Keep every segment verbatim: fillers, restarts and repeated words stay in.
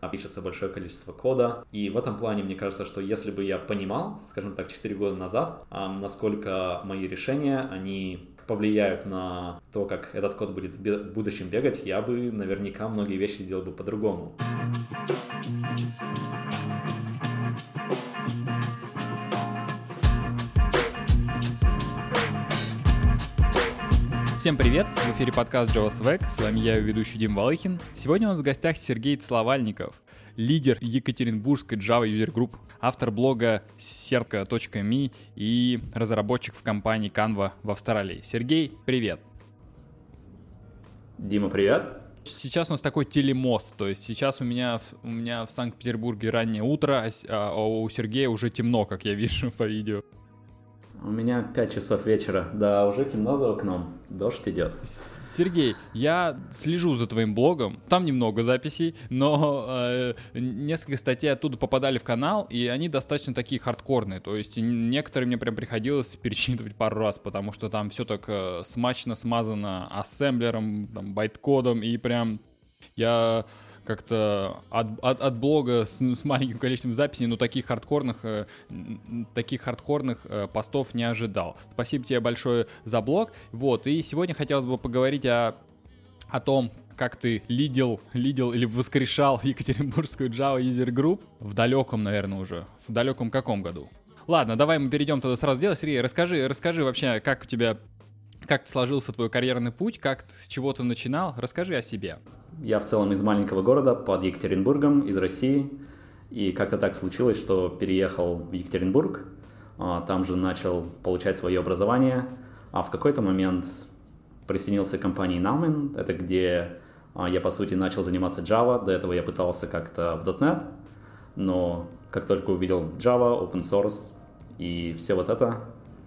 пишется большое количество кода. И в этом плане мне кажется, что если бы я понимал, скажем так, четыре года назад, насколько мои решения, они повлияют на то, как этот код будет в будущем бегать, я бы наверняка многие вещи сделал бы по-другому. Всем привет! В эфире подкаст JavaSwag, с вами я, ведущий Дим Волыхин. Сегодня у нас в гостях Сергей Целовальников, лидер Екатеринбургской Java User Group, автор блога серка точка ми и разработчик в компании Canva в Австралии. Сергей, привет! Дима, привет! Сейчас у нас такой телемост, то есть сейчас у меня, у меня в Санкт-Петербурге раннее утро, а у Сергея уже темно, как я вижу по видео. У меня пять часов вечера, да, уже темно за окном, дождь идет. Сергей, я слежу за твоим блогом, там немного записей, но э, несколько статей оттуда попадали в канал, и они достаточно такие хардкорные, то есть некоторые мне прям приходилось перечитывать пару раз, потому что там все так э, смачно смазано ассемблером, там, байткодом, и прям я... как-то от, от, от блога с, с маленьким количеством записей, но таких хардкорных, э, таких хардкорных э, постов не ожидал. Спасибо тебе большое за блог. Вот, и сегодня хотелось бы поговорить о, о том, как ты лидил, лидил или воскрешал Екатеринбургскую Java User Group в далеком, наверное, уже. В далеком каком году? Ладно, давай мы перейдем тогда сразу в дело. Сергей, расскажи, расскажи вообще, как у тебя, как сложился твой карьерный путь, как, с чего ты начинал. Расскажи о себе. Я в целом из маленького города под Екатеринбургом, из России, и как-то так случилось, что переехал в Екатеринбург, там же начал получать свое образование, а в какой-то момент присоединился к компании Nauman, это где я, по сути, начал заниматься Java, до этого я пытался как-то в .NET, но как только увидел Java, open source и все вот это,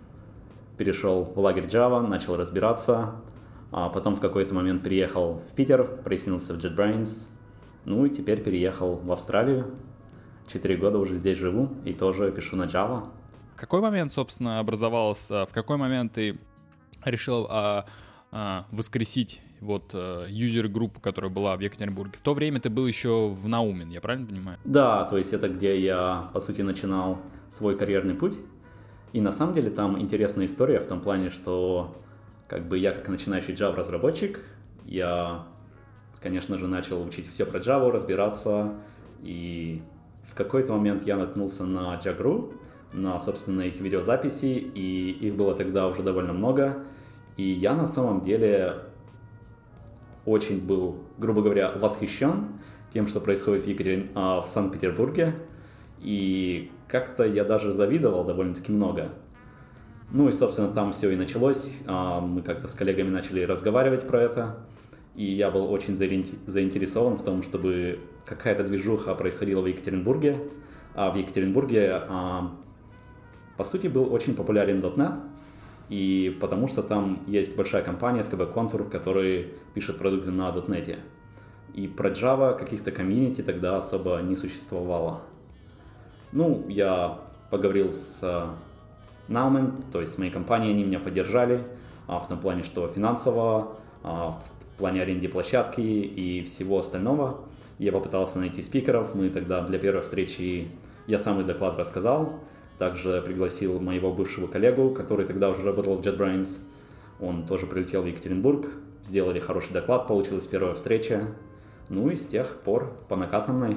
перешел в лагерь Java, начал разбираться. А потом в какой-то момент переехал в Питер, присоединился в JetBrains, ну и теперь переехал в Австралию. Четыре года уже здесь живу и тоже пишу на Java. В какой момент, собственно, образовался, в какой момент ты решил а, а, воскресить вот юзер-группу, которая была в Екатеринбурге? В то время ты был еще в Nauman, я правильно понимаю? Да, то есть это где я, по сути, начинал свой карьерный путь. И на самом деле там интересная история в том плане, что как бы я, как начинающий Java-разработчик, я, конечно же, начал учить все про Java, разбираться, и в какой-то момент я наткнулся на Jagru, на, собственно, их видеозаписи, и их было тогда уже довольно много, и я на самом деле очень был, грубо говоря, восхищен тем, что происходит в, Екатерин... в Санкт-Петербурге, и как-то я даже завидовал довольно-таки много. Ну и, собственно, там все и началось. Мы как-то с коллегами начали разговаривать про это. И я был очень заинтересован в том, чтобы какая-то движуха происходила в Екатеринбурге. А в Екатеринбурге, по сути, был очень популярен .NET. И потому что там есть большая компания эс ка би Contour, которая пишет продукты на .NET. И про Java каких-то комьюнити тогда особо не существовало. Ну, я поговорил с Nauman, то есть с моей компанией, они меня поддержали а, в том плане, что финансово, а, в плане аренды площадки и всего остального. Я попытался найти спикеров, мы тогда для первой встречи, я самый доклад рассказал, также пригласил моего бывшего коллегу, который тогда уже работал в JetBrains, он тоже прилетел в Екатеринбург, сделали хороший доклад, получилась первая встреча, ну и с тех пор по накатанной.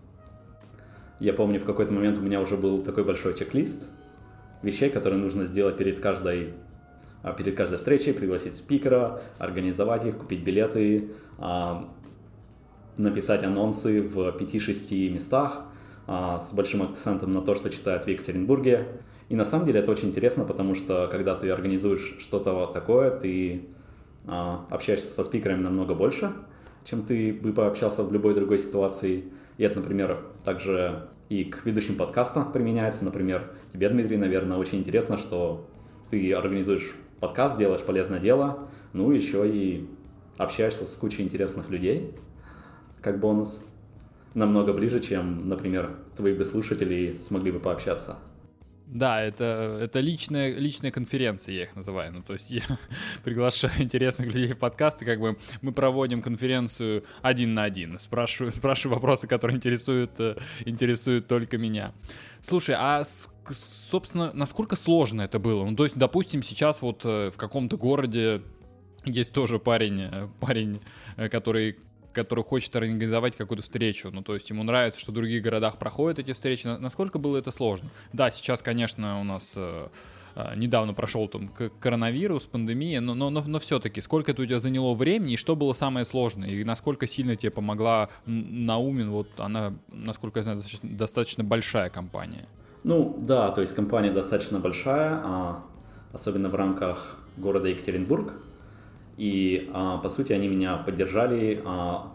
Я помню, в какой-то момент у меня уже был такой большой чек-лист вещей, которые нужно сделать перед каждой, перед каждой встречей, пригласить спикера, организовать их, купить билеты, написать анонсы в пяти-шести местах с большим акцентом на то, что читают в Екатеринбурге. И на самом деле это очень интересно, потому что когда ты организуешь что-то такое, ты общаешься со спикерами намного больше, чем ты бы пообщался в любой другой ситуации. И это, например, также и к ведущим подкаста применяется. Например, тебе, Дмитрий, наверное, очень интересно, что ты организуешь подкаст, делаешь полезное дело, ну, еще и общаешься с кучей интересных людей, как бонус. Намного ближе, чем, например, твои бы слушатели смогли бы пообщаться. Да, это, это личная, личная конференция, я их называю. Ну, то есть я приглашаю интересных людей в подкасты, как бы мы проводим конференцию один на один. Спрашиваю, спрашиваю вопросы, которые интересуют, интересуют только меня. Слушай, а, собственно, насколько сложно это было? Ну, то есть, допустим, сейчас вот в каком-то городе есть тоже парень, парень, который... который хочет организовать какую-то встречу. Ну, то есть ему нравится, что в других городах проходят эти встречи. Насколько было это сложно? Да, сейчас, конечно, у нас э, э, недавно прошел там коронавирус, пандемия, но, но, но, но все-таки сколько это у тебя заняло времени, и что было самое сложное? И насколько сильно тебе помогла Naumin? Вот она, насколько я знаю, достаточно, достаточно большая компания. Ну, да, то есть компания достаточно большая, а, особенно в рамках города Екатеринбург. И, а, по сути, они меня поддержали а,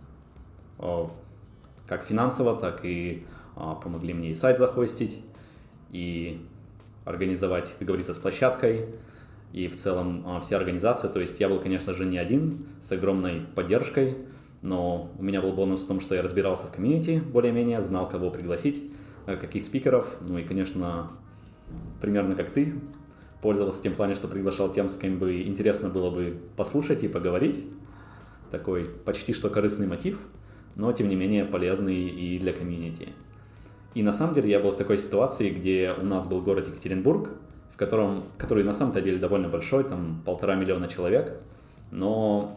а, как финансово, так и а, помогли мне и сайт захостить, и организовать, договориться с площадкой, и в целом а, вся организация. То есть я был, конечно же, не один, с огромной поддержкой, но у меня был бонус в том, что я разбирался в комьюнити более-менее, знал, кого пригласить, каких спикеров, ну и, конечно, примерно как ты, пользовался тем плане, что приглашал тем, с кем бы интересно было бы послушать и поговорить. Такой почти что корыстный мотив, но тем не менее полезный и для комьюнити. И на самом деле я был в такой ситуации, где у нас был город Екатеринбург, в котором, который на самом-то деле довольно большой, там полтора миллиона человек, но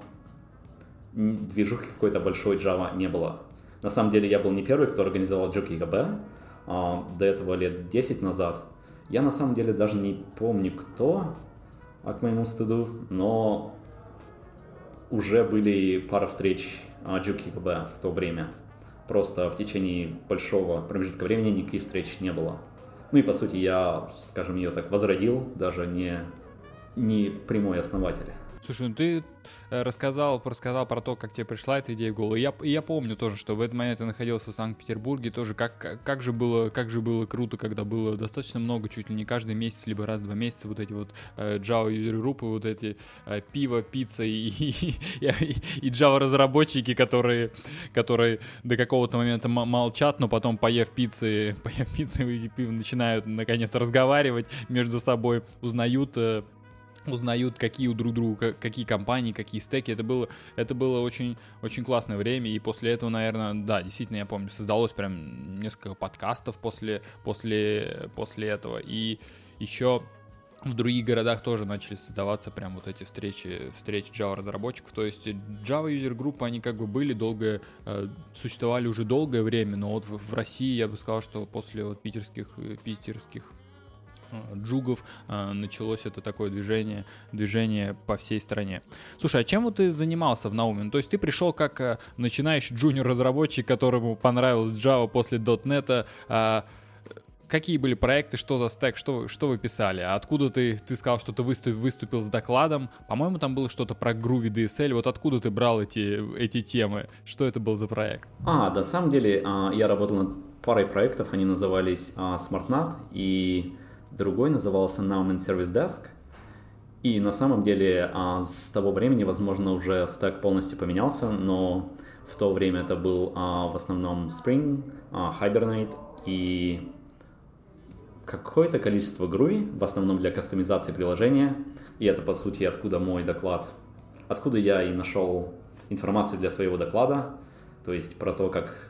движухи какой-то большой Java не было. На самом деле я был не первый, кто организовал JukeYB, а до этого лет десять назад. Я на самом деле даже не помню, кто, а к моему стыду, но уже были пара встреч JukeYB в то время. Просто в течение большого промежутка времени никаких встреч не было. Ну и по сути я, скажем, ее так возродил, даже не, не прямой основатель. Слушай, ну ты рассказал, рассказал про то, как тебе пришла эта идея в голову. Я, я помню тоже, что в этот момент я находился в Санкт-Петербурге, тоже как, как, как, же было, как же было круто, когда было достаточно много, чуть ли не каждый месяц, либо раз в два месяца вот эти вот э, Java юзер-группы, вот эти э, пиво, пицца и, и, и, и Java-разработчики, которые, которые до какого-то момента молчат, но потом, поев пиццы, поев пиццы и пиво, начинают наконец разговаривать между собой, узнают... Э, узнают, какие у друг друга, какие компании, какие стеки. Это было, это было очень, очень классное время, и после этого, наверное, да, действительно, я помню, создалось прям несколько подкастов после, после, после этого, и еще в других городах тоже начали создаваться прям вот эти встречи, встречи Java-разработчиков, то есть Java юзер-группы, они как бы были долго, э, существовали уже долгое время, но вот в, в России, я бы сказал, что после вот питерских, питерских джугов э, началось это такое движение, движение по всей стране. Слушай, а чем вот ты занимался в Naumin? То есть ты пришел как э, начинающий джуниор-разработчик, которому понравилась Java после .дот нет. Э, какие были проекты, что за стек, что, что вы писали? А откуда ты, ты сказал, что ты выступил, выступил с докладом? По-моему, там было что-то про Groovy ди эс эл. Вот откуда ты брал эти, эти темы? Что это был за проект? А, на самом деле, я работал над парой проектов, они назывались SmartNat и другой назывался Naumin Service Desk. И на самом деле а, с того времени, возможно, уже стек полностью поменялся, но в то время это был а, в основном Spring, а, Hibernate и какое-то количество Groovy, в основном для кастомизации приложения. И это, по сути, откуда мой доклад, откуда я и нашел информацию для своего доклада, то есть про то, как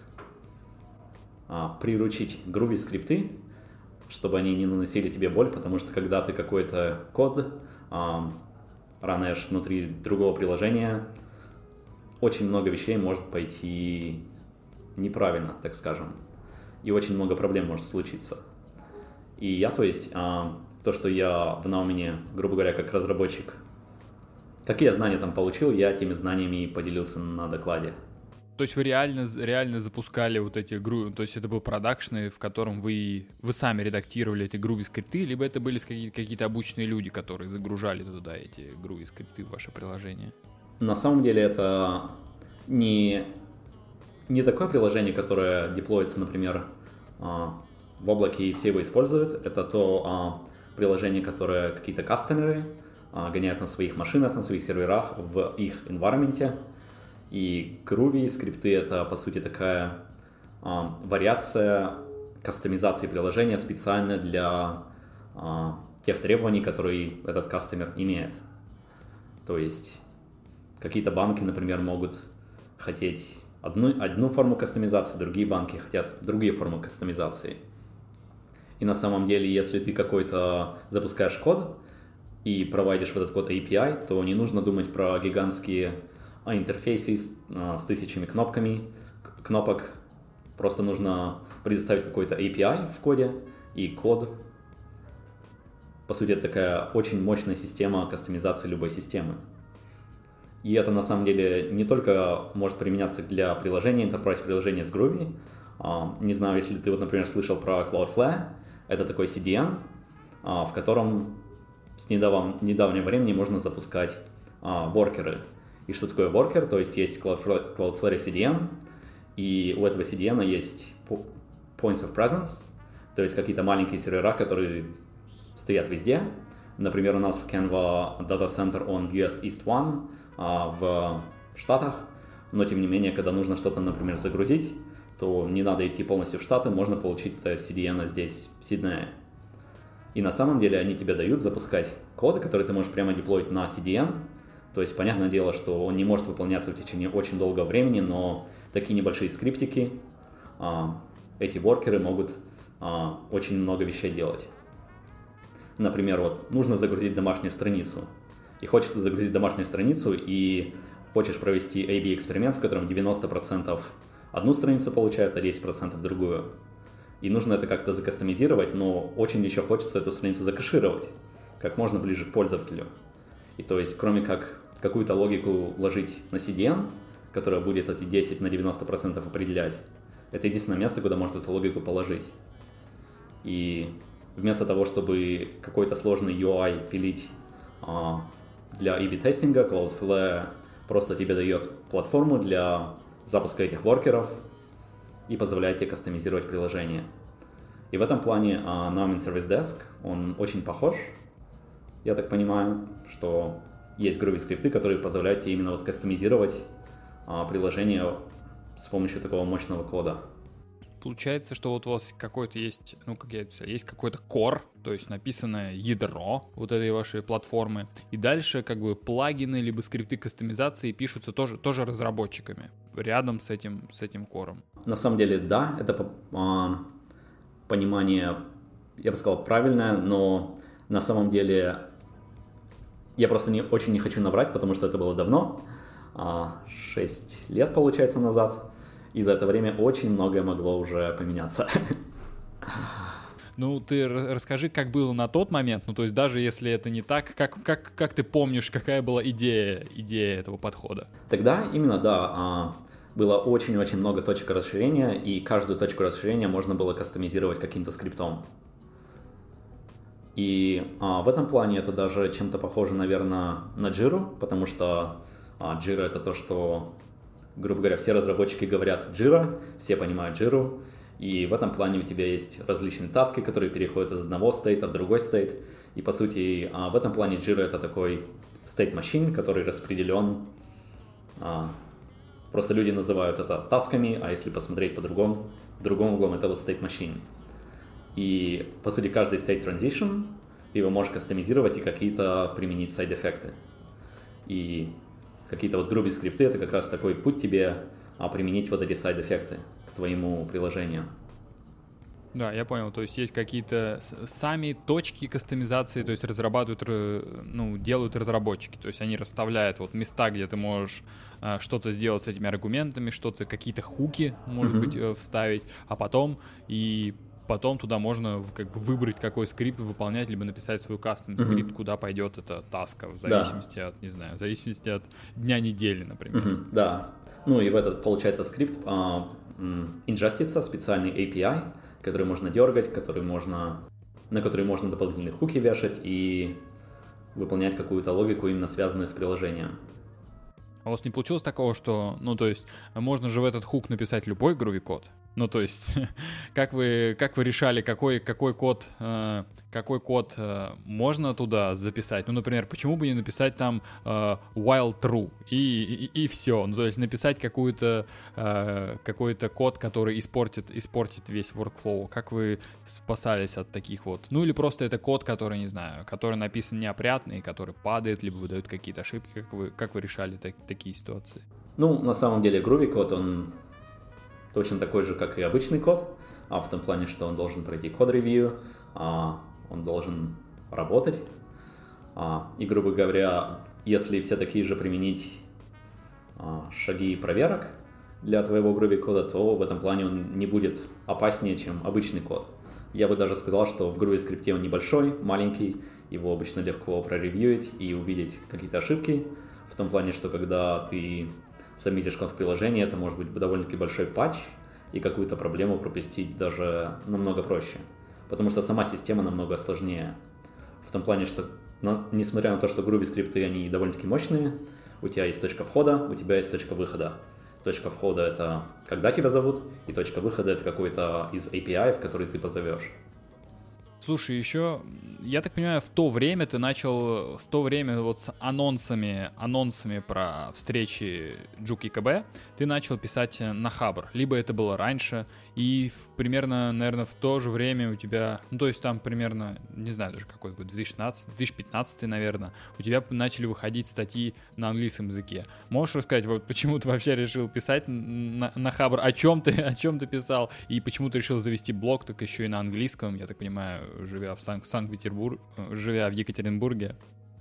а, приручить Groovy скрипты, чтобы они не наносили тебе боль, потому что когда ты какой-то код э, ранешь внутри другого приложения, очень много вещей может пойти неправильно, так скажем, и очень много проблем может случиться. И я, то есть, э, то, что я в Naumin, грубо говоря, как разработчик, какие я знания там получил, я теми знаниями поделился на докладе. То есть вы реально, реально запускали вот эти гру, то есть это был продакшн, в котором вы, вы сами редактировали эти Groovy скрипты, либо это были какие-то, какие-то обученные люди, которые загружали туда эти Groovy скрипты в ваше приложение? На самом деле это не, не такое приложение, которое деплоится, например, в облаке и все его используют. Это то приложение, которое какие-то кастомеры гоняют на своих машинах, на своих серверах, в их environment. И Groovy скрипты — это, по сути, такая э, вариация кастомизации приложения специально для а, тех требований, которые этот кастомер имеет. То есть какие-то банки, например, могут хотеть одну, одну форму кастомизации, другие банки хотят другие формы кастомизации. И на самом деле, если ты какой-то запускаешь код и проводишь в этот код эй пи ай, то не нужно думать про гигантские интерфейсы с, с тысячами кнопками, кнопок. Просто нужно предоставить какой-то эй пи ай в коде, и код, по сути, это такая очень мощная система кастомизации любой системы. И это на самом деле не только может применяться для приложения, enterprise приложения с Groovy. Не знаю, если ты, вот, например, слышал про Cloudflare, это такой си ди эн, в котором с недавнего, недавнего времени можно запускать воркеры. И что такое воркер? То есть есть Cloudflare, Cloudflare си ди эн, и у этого си ди эн есть points of presence, то есть какие-то маленькие сервера, которые стоят везде. Например, у нас в Canva Data Center он в ю эс East One а, в Штатах, но тем не менее, когда нужно что-то, например, загрузить, то не надо идти полностью в Штаты, можно получить это си ди эн здесь, в Сиднее. И на самом деле они тебе дают запускать коды, которые ты можешь прямо деплоить на си ди эн. То есть, понятное дело, что он не может выполняться в течение очень долгого времени, но такие небольшие скриптики, а, эти воркеры могут а, очень много вещей делать. Например, вот нужно загрузить домашнюю страницу. И хочется загрузить домашнюю страницу, и хочешь провести эй би-эксперимент, в котором девяносто процентов одну страницу получают, а десять процентов другую. И нужно это как-то закастомизировать, но очень еще хочется эту страницу закэшировать как можно ближе к пользователю. И то есть, кроме как какую-то логику ложить на си ди эн, которая будет эти десять на девяносто процентов определять, это единственное место, куда можно эту логику положить. И вместо того, чтобы какой-то сложный ю ай пилить а, для эй би-тестинга, Cloudflare просто тебе дает платформу для запуска этих воркеров и позволяет тебе кастомизировать приложение. И в этом плане а, Naumin Service Desk, он очень похож. Я так понимаю, что есть Groovy скрипты, которые позволяют тебе именно вот кастомизировать а, приложение с помощью такого мощного кода. Получается, что вот у вас какой-то есть, ну, как я писал, есть какой-то core, то есть написанное ядро вот этой вашей платформы, и дальше как бы плагины либо скрипты кастомизации пишутся тоже, тоже разработчиками рядом с этим, с этим кором. На самом деле, да, это а, понимание, я бы сказал, правильное, но на самом деле я просто не, очень не хочу наврать, потому что это было давно, а, шесть лет, получается, назад. И за это время очень многое могло уже поменяться. Ну, ты расскажи, как было на тот момент, ну, то есть даже если это не так, как, как, как ты помнишь, какая была идея, идея этого подхода? Тогда именно, да, было очень-очень много точек расширения, и каждую точку расширения можно было кастомизировать каким-то скриптом. И а, в этом плане это даже чем-то похоже, наверное, на Jira, потому что а, Jira — это то, что, грубо говоря, все разработчики говорят Jira, все понимают Jira, и в этом плане у тебя есть различные таски, которые переходят из одного стейта в другой стейт, и по сути а, в этом плане Jira — это такой state machine, который распределен, а, просто люди называют это тасками, а если посмотреть по-другому, другим углом, это вот state machine. И, по сути, каждый state transition ты его можешь кастомизировать и какие-то применить сайд-эффекты. И какие-то вот Groovy скрипты — это как раз такой путь тебе а, применить вот эти сайд-эффекты к твоему приложению. Да, я понял. То есть есть какие-то сами точки кастомизации, то есть разрабатывают, ну, делают разработчики. То есть они расставляют вот места, где ты можешь а, что-то сделать с этими аргументами, что-то, какие-то хуки, может mm-hmm. быть, вставить, а потом и Потом туда можно как бы выбрать, какой скрипт выполнять, либо написать свой кастомный mm-hmm. скрипт, куда пойдет эта таска, в зависимости да. от, не знаю, в зависимости от дня недели, например. Mm-hmm. Да. Ну и в этот, получается, скрипт а, м, инжектится специальный эй пи ай, который можно дергать, который можно, на который можно дополнительные хуки вешать и выполнять какую-то логику, именно связанную с приложением. А у вас не получилось такого, что, ну то есть, можно же в этот хук написать любой Groovy код? Ну, то есть, как вы, как вы решали, какой, какой код, э, какой код э, можно туда записать? Ну, например, почему бы не написать там э, while true и, и, и все. Ну, то есть написать какую-то, э, какой-то код, который испортит, испортит весь workflow. Как вы спасались от таких вот? Ну, или просто это код, который, не знаю, который написан неопрятный, который падает, либо выдает какие-то ошибки. Как вы, как вы решали так, такие ситуации? Ну, на самом деле, Groovy код, он точно такой же, как и обычный код, а в том плане, что он должен пройти код-ревью, а, он должен работать. А, и, грубо говоря, если все такие же применить а, шаги проверок для твоего Groovy кода, то в этом плане он не будет опаснее, чем обычный код. Я бы даже сказал, что в Groovy скрипте он небольшой, маленький, его обычно легко проревьюить и увидеть какие-то ошибки, в том плане, что когда ты сабмитишь код в приложении, это может быть довольно-таки большой патч, и какую-то проблему пропустить даже намного проще. Потому что сама система намного сложнее. В том плане, что, но, несмотря на то, что Groovy скрипты, они довольно-таки мощные, у тебя есть точка входа, у тебя есть точка выхода. Точка входа — это когда тебя зовут, и точка выхода — это какой-то из эй пи ай, в который ты позовешь. Слушай, еще, я так понимаю, в то время ты начал, в то время вот с анонсами, анонсами про встречи Juke и ка би, ты начал писать на Хабр. Либо это было раньше, и в, примерно, наверное, в то же время у тебя, ну, то есть там примерно, не знаю даже какой год, две тысячи шестнадцатый, две тысячи пятнадцатый, наверное, у тебя начали выходить статьи на английском языке. Можешь рассказать, вот почему ты вообще решил писать на, на Хабр, о чем ты, о чем ты писал, и почему ты решил завести блог, так еще и на английском, я так понимаю, живя в Сан- Санкт-Петербурге, живя в Екатеринбурге?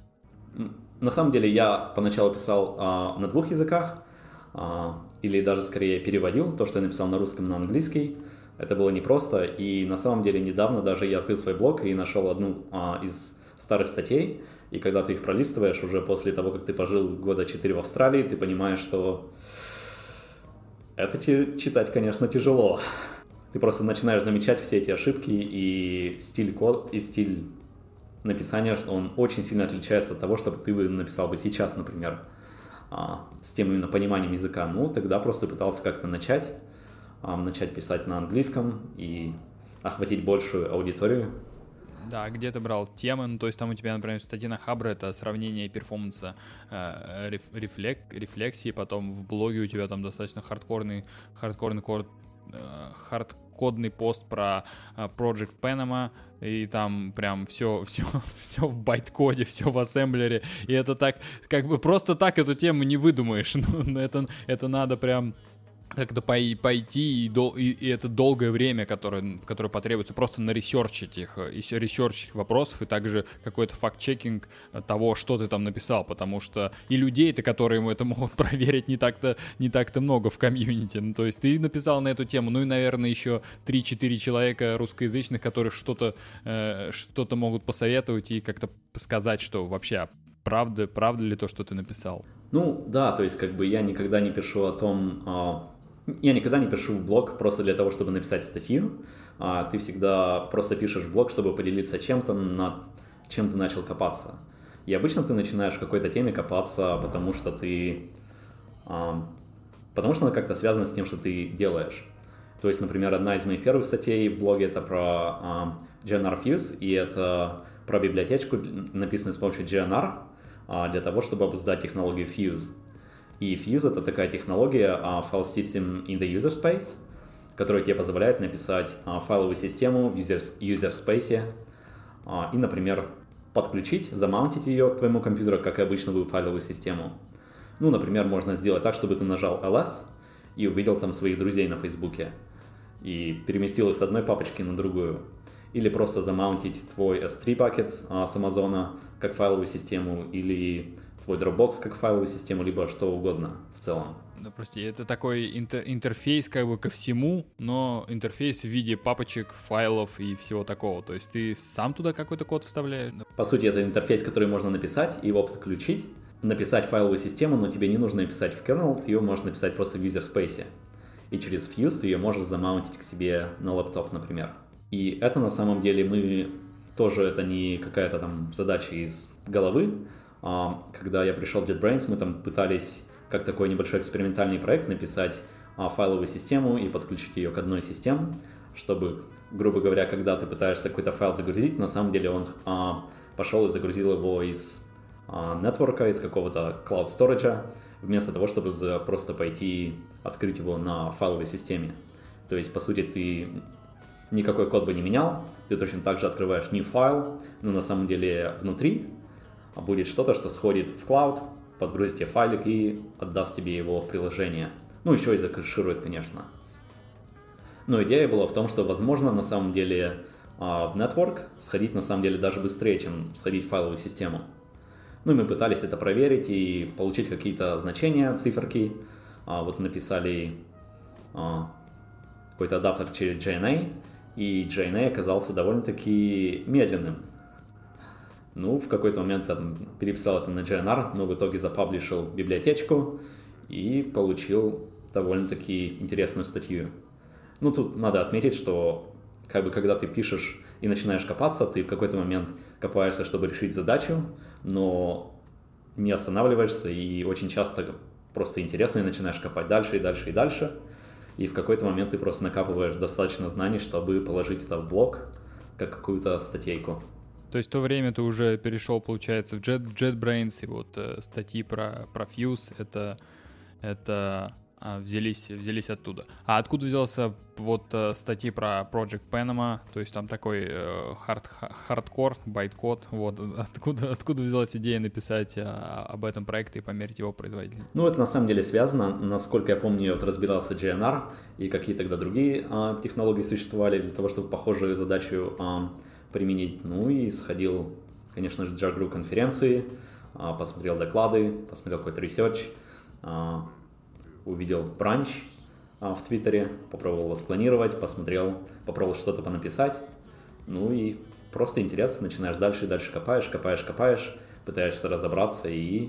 На самом деле я поначалу писал а, на двух языках, а, или даже скорее переводил то, что я написал на русском, на английский. Это было непросто, и на самом деле недавно даже я открыл свой блог и нашел одну а, из старых статей, и когда ты их пролистываешь уже после того, как ты пожил года четыре в Австралии, ты понимаешь, что это читать, конечно, тяжело. Ты просто начинаешь замечать все эти ошибки, и стиль код, и стиль написания, он очень сильно отличается от того, что ты бы написал бы сейчас, например, с тем именно пониманием языка. Ну, тогда просто пытался как-то начать, начать писать на английском и охватить большую аудиторию. Да, где ты брал темы, ну, то есть там у тебя, например, статья на Хабр — это сравнение перформанса э, реф, рефлек, рефлексии, потом в блоге у тебя там достаточно хардкорный, хардкорный код, э, хардкодный пост про э, Project Panama, и там прям все, все, все в байткоде, все в ассемблере, и это так, как бы просто так эту тему не выдумаешь, ну, это, это надо прям как-то пойти, и, дол- и, и это долгое время, которое, которое потребуется просто на ресерчить их, и ресерчить вопросов, и также какой-то факт-чекинг того, что ты там написал, потому что и людей-то, которые это могут проверить, не так-то, не так-то много в комьюнити. Ну, то есть ты написал на эту тему, ну и, наверное, еще три-четыре человека русскоязычных, которые что-то, э, что-то могут посоветовать и как-то сказать, что вообще правда, правда ли то, что ты написал. Ну, да, то есть как бы я никогда не пишу о том... О... Я никогда не пишу в блог просто для того, чтобы написать статью. А ты всегда просто пишешь в блог, чтобы поделиться чем-то, над чем ты начал копаться. И обычно ты начинаешь в какой-то теме копаться, потому что ты... А, потому что она как-то связана с тем, что ты делаешь. То есть, например, одна из моих первых статей в блоге — это про а, джи эн ар-Fuse, и это про библиотечку, написанную с помощью джи эн ар, а, для того, чтобы обуздать технологию Fuse. И Fuse — это такая технология uh, File System in the User Space, которая тебе позволяет написать uh, файловую систему в user, user space uh, и, например, подключить, замаунтить ее к твоему компьютеру, как и обычную файловую систему. Ну, например, можно сделать так, чтобы ты нажал эл эс и увидел там своих друзей на Фейсбуке и переместил их с одной папочки на другую. Или просто замаунтить твой эс три пакет uh, с Амазона как файловую систему, или твой Dropbox как файловую систему, либо что угодно в целом. Да, прости, это такой интер- интерфейс как бы ко всему, но интерфейс в виде папочек, файлов и всего такого. То есть ты сам туда какой-то код вставляешь? По сути, это интерфейс, который можно написать, его подключить, написать файловую систему, но тебе не нужно писать в kernel, ты ее можешь написать просто в user space. И через Fuse ты ее можешь замаунтить к себе на лэптоп, например. И это на самом деле мы тоже, это не какая-то там задача из головы. Когда я пришел в JetBrains, мы там пытались, как такой небольшой экспериментальный проект, написать а, файловую систему и подключить ее к одной из систем, чтобы, грубо говоря, когда ты пытаешься какой-то файл загрузить, на самом деле он а, пошел и загрузил его из а, нетворка, из какого-то cloud storage, вместо того, чтобы за, просто пойти открыть его на файловой системе. То есть, по сути, ты никакой код бы не менял, ты точно так же открываешь new файл, но на самом деле внутри будет что-то, что сходит в cloud, подгрузит тебе файлик и отдаст тебе его в приложение. Ну, еще и закэширует, конечно. Но идея была в том, что, возможно, на самом деле в network сходить на самом деле даже быстрее, чем сходить в файловую систему. Ну и мы пытались это проверить и получить какие-то значения, циферки. Вот написали какой-то адаптер через джей эн эй, и джей эн эй оказался довольно-таки медленным. Ну, в какой-то момент я переписал это на джей эн ар, но в итоге запаблишил библиотечку и получил довольно-таки интересную статью. Ну, тут надо отметить, что как бы когда ты пишешь и начинаешь копаться, ты в какой-то момент копаешься, чтобы решить задачу, но не останавливаешься и очень часто просто интересно и начинаешь копать дальше и дальше и дальше. И в какой-то момент ты просто накапываешь достаточно знаний, чтобы положить это в блог, как какую-то статейку. То есть в то время ты уже перешел, получается, в Jet, JetBrains, и вот э, статьи про, про Fuse, это, это а, взялись, взялись оттуда. А откуда взялся вот э, статьи про Project Panama, то есть там такой э, хард, хардкор, байткод, вот, откуда, откуда взялась идея написать а, об этом проекте и померить его производительность? Ну, это на самом деле связано. Насколько я помню, вот разбирался джей эн ар и какие тогда другие а, технологии существовали для того, чтобы похожую задачу а, применить. Ну и сходил, конечно же, джар джей эй ю конференции, а, посмотрел доклады, посмотрел какой-то ресерч, а, увидел бранч а, в Твиттере, попробовал его склонировать, посмотрел, попробовал что-то понаписать. Ну и просто интересно, начинаешь дальше и дальше копаешь, копаешь, копаешь, пытаешься разобраться и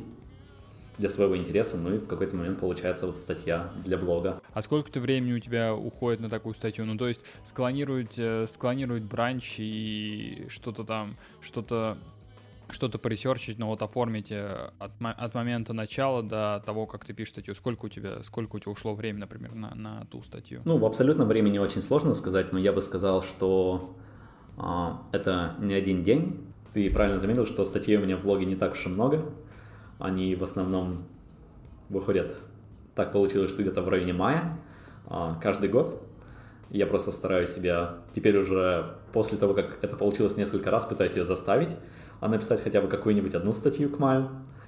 для своего интереса, ну и в какой-то момент получается вот статья для блога. А сколько-то времени у тебя уходит на такую статью? Ну, то есть склонировать, э, склонировать бранч и что-то там, что-то что-то поресерчить, но вот оформить от, от момента начала до того, как ты пишешь статью. Сколько у тебя, сколько у тебя ушло времени, например, на, на ту статью? Ну, в абсолютном времени очень сложно сказать, но я бы сказал, что а, это не один день. Ты правильно заметил, что статей у меня в блоге не так уж и много. Они в основном выходят, так получилось, что где-то в районе мая, а, каждый год. Я просто стараюсь себя, теперь уже после того, как это получилось несколько раз, пытаюсь себя заставить, а написать хотя бы какую-нибудь одну статью к маю.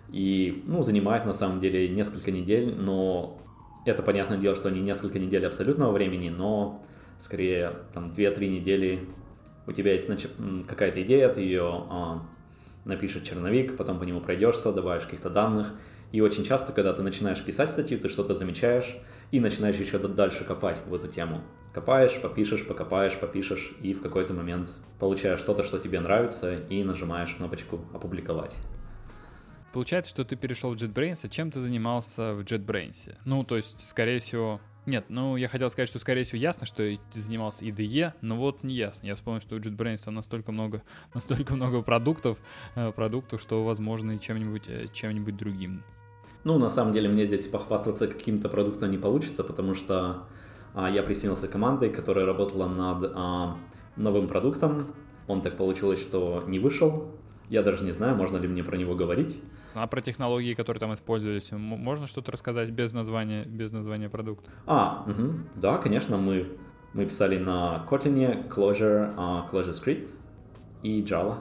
И, ну, занимает на самом деле несколько недель, но это, понятное дело, что не несколько недель абсолютного времени, но скорее там две-три недели у тебя есть какая-то идея, ты ее а, напишешь черновик, потом по нему пройдешься, добавишь каких-то данных. И очень часто, когда ты начинаешь писать статью, ты что-то замечаешь и начинаешь еще дальше копать в эту тему. Копаешь, попишешь, покопаешь, попишешь, и в какой-то момент получаешь что-то, что тебе нравится, и нажимаешь кнопочку «Опубликовать». Получается, что ты перешел в JetBrains, а чем ты занимался в JetBrains? Ну, то есть, скорее всего... Нет, ну, я хотел сказать, что, скорее всего, ясно, что ты занимался ай ди и, но вот не ясно. Я вспомнил, что у JetBrains там настолько много, настолько много продуктов, продуктов, что, возможно, и чем-нибудь, чем-нибудь другим. Ну, на самом деле, мне здесь похвастаться каким-то продуктом не получится, потому что а, я присоединился к командой, которая работала над а, новым продуктом. Он так получилось, что не вышел. Я даже не знаю, можно ли мне про него говорить. А про технологии, которые там использовались, можно что-то рассказать без названия, без названия продукта? А, угу. Да, конечно, мы, мы писали на Kotlin, Clojure, uh, ClojureScript и Java.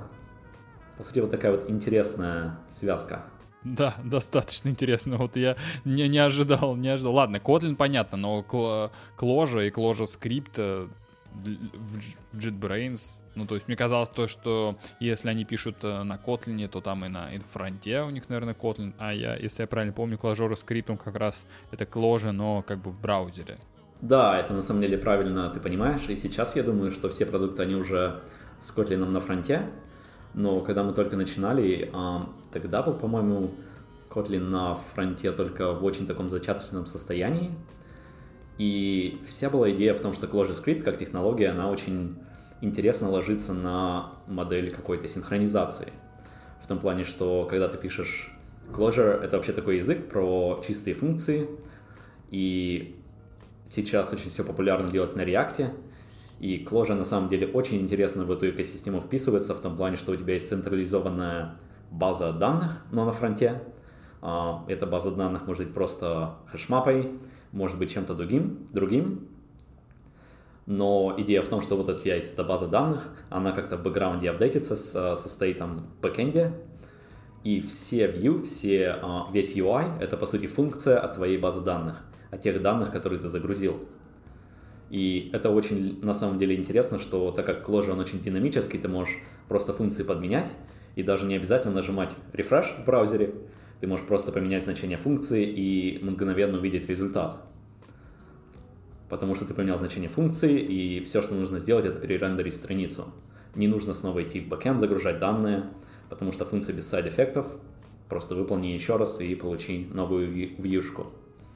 По сути, вот такая вот интересная связка. Да, достаточно интересно. Вот я не, не ожидал, не ожидал. Ладно, Kotlin понятно, но Clojure и ClojureScript в JetBrains... Ну, то есть мне казалось то, что если они пишут на Kotlin, то там и на фронте у них, наверное, Kotlin, а я, если я правильно помню, ClojureScript как раз это Clojure, но как бы в браузере. Да, это на самом деле правильно ты понимаешь, и сейчас я думаю, что все продукты, они уже с Kotlin на фронте, но когда мы только начинали, тогда был, по-моему, Kotlin на фронте только в очень таком зачаточном состоянии, и вся была идея в том, что ClojureScript как технология, она очень интересно ложится на модель какой-то синхронизации. В том плане, что когда ты пишешь Clojure, это вообще такой язык про чистые функции, и сейчас очень все популярно делать на React, и Clojure на самом деле очень интересно в эту экосистему вписывается в том плане, что у тебя есть централизованная база данных, но на фронте. Эта база данных может быть просто хэшмапой, может быть чем-то другим, другим. Но идея в том, что вот у тебя есть эта база данных, она как-то в бэкграунде апдейтится со, со стейтом в бэкэнде, и все view, все, весь ю ай — это по сути функция от твоей базы данных, от тех данных, которые ты загрузил. И это очень на самом деле интересно, что так как Clojure он очень динамический, ты можешь просто функции подменять, и даже не обязательно нажимать refresh в браузере, ты можешь просто поменять значение функции и мгновенно увидеть результат. Потому что ты поменял значение функции, и все, что нужно сделать, это перерендерить страницу. Не нужно снова идти в бэкэнд, загружать данные, потому что функция без сайд-эффектов. Просто выполни еще раз и получи новую вьюшку.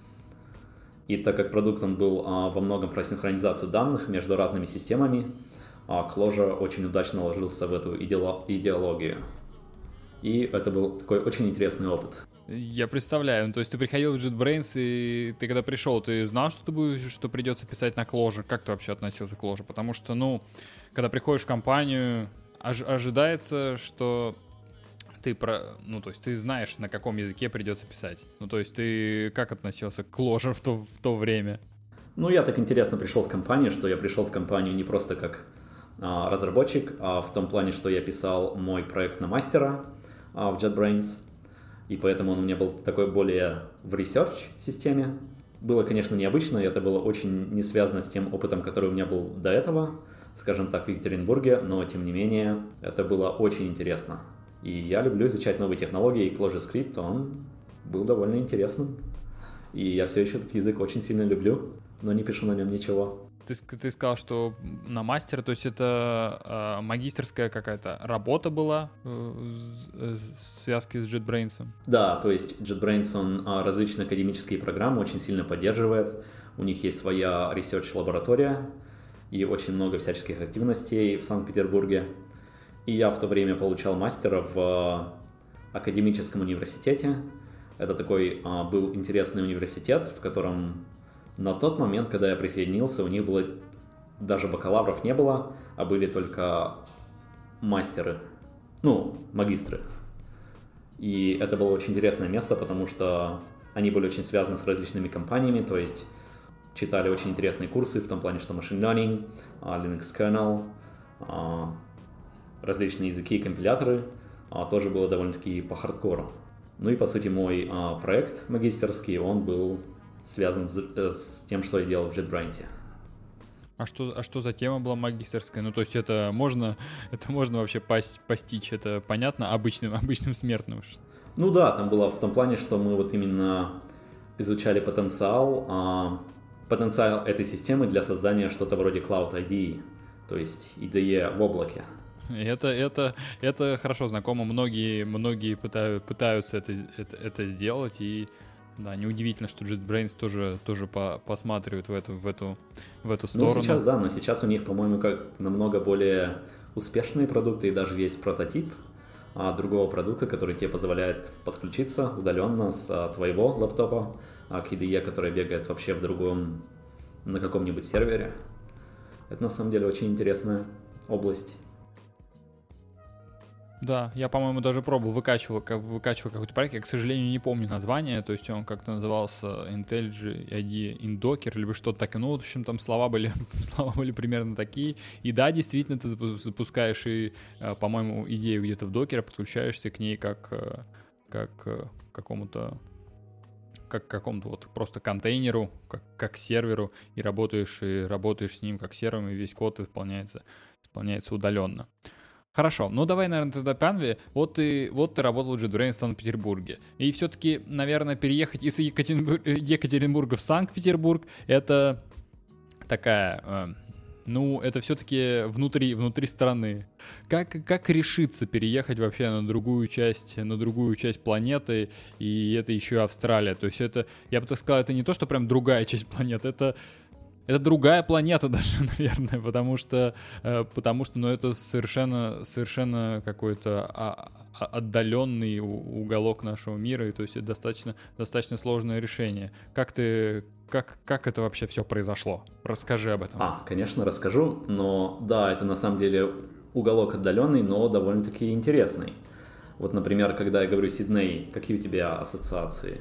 И так как продукт он был а, во многом про синхронизацию данных между разными системами, а Clojure очень удачно ложился в эту идеоло- идеологию. И это был такой очень интересный опыт. Я представляю, ну, то есть ты приходил в JetBrains, и ты когда пришел, ты знал, что ты будешь, что придется писать на Clojure? Как ты вообще относился к Clojure? Потому что, ну, когда приходишь в компанию, ож- ожидается, что ты про, ну, то есть ты знаешь, на каком языке придется писать. Ну, то есть ты как относился к Clojure в то, в то время? Ну, я так интересно пришел в компанию, что я пришел в компанию не просто как а, разработчик, а в том плане, что я писал мой проект на мастера а, в JetBrains, и поэтому он у меня был такой более в research-системе. Было, конечно, необычно, и это было очень не связано с тем опытом, который у меня был до этого, скажем так, в Екатеринбурге, но, тем не менее, это было очень интересно. И я люблю изучать новые технологии, и ClojureScript, он был довольно интересным. И я все еще этот язык очень сильно люблю, но не пишу на нем ничего. Ты, ты сказал, что на мастер, то есть это э, магистерская какая-то работа была э, в связке с JetBrains? Да, то есть JetBrains, он а, различные академические программы очень сильно поддерживает. У них есть своя research-лаборатория и очень много всяческих активностей в Санкт-Петербурге. И я в то время получал мастера в академическом университете. Это такой а, был интересный университет, в котором на тот момент, когда я присоединился, у них было даже бакалавров не было, а были только мастеры, ну, магистры. И это было очень интересное место, потому что они были очень связаны с различными компаниями, то есть читали очень интересные курсы в том плане, что machine learning, Linux kernel, различные языки и компиляторы, тоже было довольно-таки по хардкору. Ну и, по сути, мой проект магистерский, он был связан с, с тем, что я делал в JetBrains. А что, а что за тема была магистерская? Ну, то есть это можно, это можно вообще пос, постичь, это понятно обычным, обычным смертным? Ну да, там было в том плане, что мы вот именно изучали потенциал, а, потенциал этой системы для создания что-то вроде Cloud ай ди и, то есть ай ди и в облаке. Это, это, это хорошо знакомо, многие, многие пытают, пытаются это, это, это сделать, и да, неудивительно, что JetBrains тоже, тоже по, посматривает в эту, в, эту, в эту сторону. Ну, сейчас, да, но сейчас у них, по-моему, как намного более успешные продукты, и даже есть прототип а, другого продукта, который тебе позволяет подключиться удаленно с а, твоего лэптопа а, к ай ди и, который бегает вообще в другом, на каком-нибудь сервере. Это, на самом деле, очень интересная область. Да, я, по-моему, даже пробовал, выкачивал, как, выкачивал какой-то проект, я, к сожалению, не помню название, то есть он как-то назывался IntelliJ ай ди in Docker, либо что-то такое, ну, в общем, там слова были, слова были примерно такие, и да, действительно, ты запускаешь и, по-моему, идею где-то в докере, подключаешься к ней как, как к какому-то, как к какому-то вот просто контейнеру, как, как серверу, и работаешь, и работаешь с ним как сервером, и весь код исполняется, исполняется удаленно. Хорошо, ну давай, наверное, тогда Панве. Вот ты, вот ты работал в JetBrains в Санкт-Петербурге. И все-таки, наверное, переехать из Екатеринбург, Екатеринбурга в Санкт-Петербург — это такая, э, ну, это все-таки внутри, внутри страны. Как, как решиться переехать вообще на другую часть, на другую часть планеты, и это еще Австралия? То есть это, я бы так сказал, это не то, что прям другая часть планеты, это... Это другая планета даже, наверное, потому что, э, потому что, ну, это совершенно, совершенно какой-то отдаленный уголок нашего мира, и то есть это достаточно, достаточно сложное решение. Как ты, как, как это вообще все произошло? Расскажи об этом. А, конечно, расскажу, но да, это на самом деле уголок отдаленный, но довольно-таки интересный. Вот, например, когда я говорю Сидней, какие у тебя ассоциации?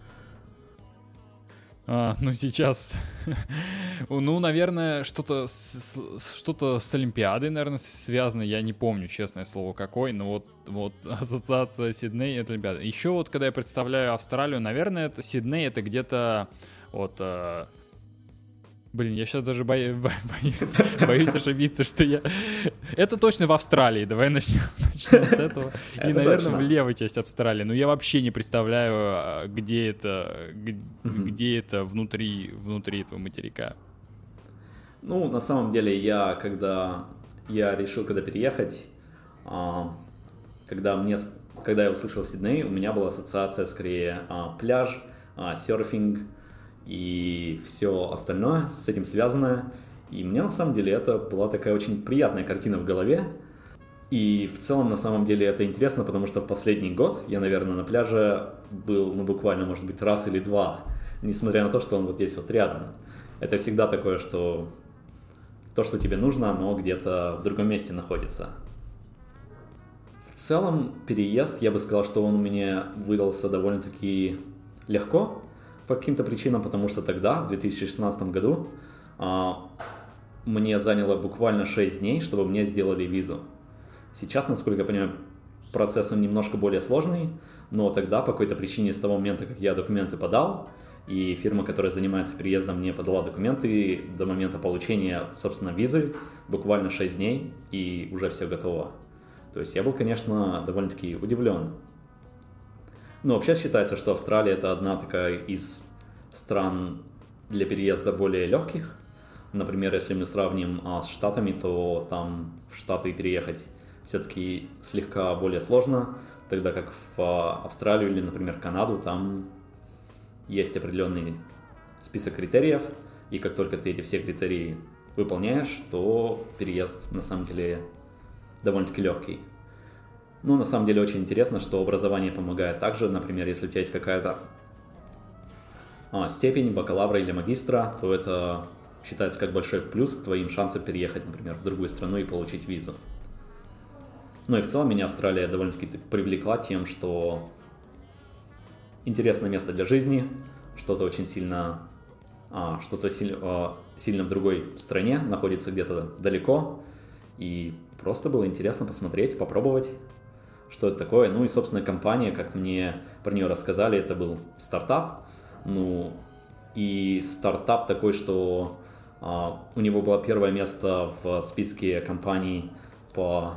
А, ну, сейчас, ну, наверное, что-то с, что-то с Олимпиадой, наверное, связано. Я не помню, честное слово, какой, но вот, вот ассоциация Сидней — это Олимпиада. Еще вот, когда я представляю Австралию, наверное, это Сидней — это где-то вот... А... Блин, я сейчас даже боюсь, боюсь, боюсь ошибиться, что я... Это точно в Австралии, давай начнем, начнем с этого. И, это наверное, точно в левой части Австралии. Но я вообще не представляю, где это, где, угу. где это внутри, внутри этого материка. Ну, на самом деле, я когда я решил, когда переехать, когда, мне, когда я услышал Сидней, у меня была ассоциация скорее пляж, серфинг, и все остальное с этим связанное. И мне на самом деле это была такая очень приятная картина в голове. И в целом на самом деле это интересно, потому что в последний год я, наверное, на пляже был, ну, буквально, может быть, раз или два, несмотря на то, что он вот здесь вот рядом. Это всегда такое, что то, что тебе нужно, оно где-то в другом месте находится. В целом переезд, я бы сказал, что он у меня выдался довольно-таки легко, по каким-то причинам, потому что тогда, в две тысячи шестнадцатом году, а, мне заняло буквально шесть дней, чтобы мне сделали визу. Сейчас, насколько я понимаю, процесс он немножко более сложный, но тогда по какой-то причине с того момента, как я документы подал, и фирма, которая занимается переездом, мне подала документы, до момента получения, собственно, визы, буквально шесть дней, и уже все готово. То есть я был, конечно, довольно-таки удивлен. Ну, вообще считается, что Австралия — это одна такая из стран для переезда более легких. Например, если мы сравним а, с Штатами, то там в Штаты переехать все-таки слегка более сложно, тогда как в а, Австралию или, например, Канаду, там есть определенный список критериев, и как только ты эти все критерии выполняешь, то переезд на самом деле довольно-таки легкий. Ну, на самом деле, очень интересно, что образование помогает также. Например, если у тебя есть какая-то а, степень бакалавра или магистра, то это считается как большой плюс к твоим шансам переехать, например, в другую страну и получить визу. Ну и в целом меня Австралия довольно-таки привлекла тем, что интересное место для жизни, что-то очень сильно, а, что-то силь, а, сильно в другой стране, находится где-то далеко, и просто было интересно посмотреть, попробовать, что это такое. Ну и, собственно, компания, как мне про нее рассказали, это был стартап. Ну и стартап такой, что а, у него было первое место в списке компаний по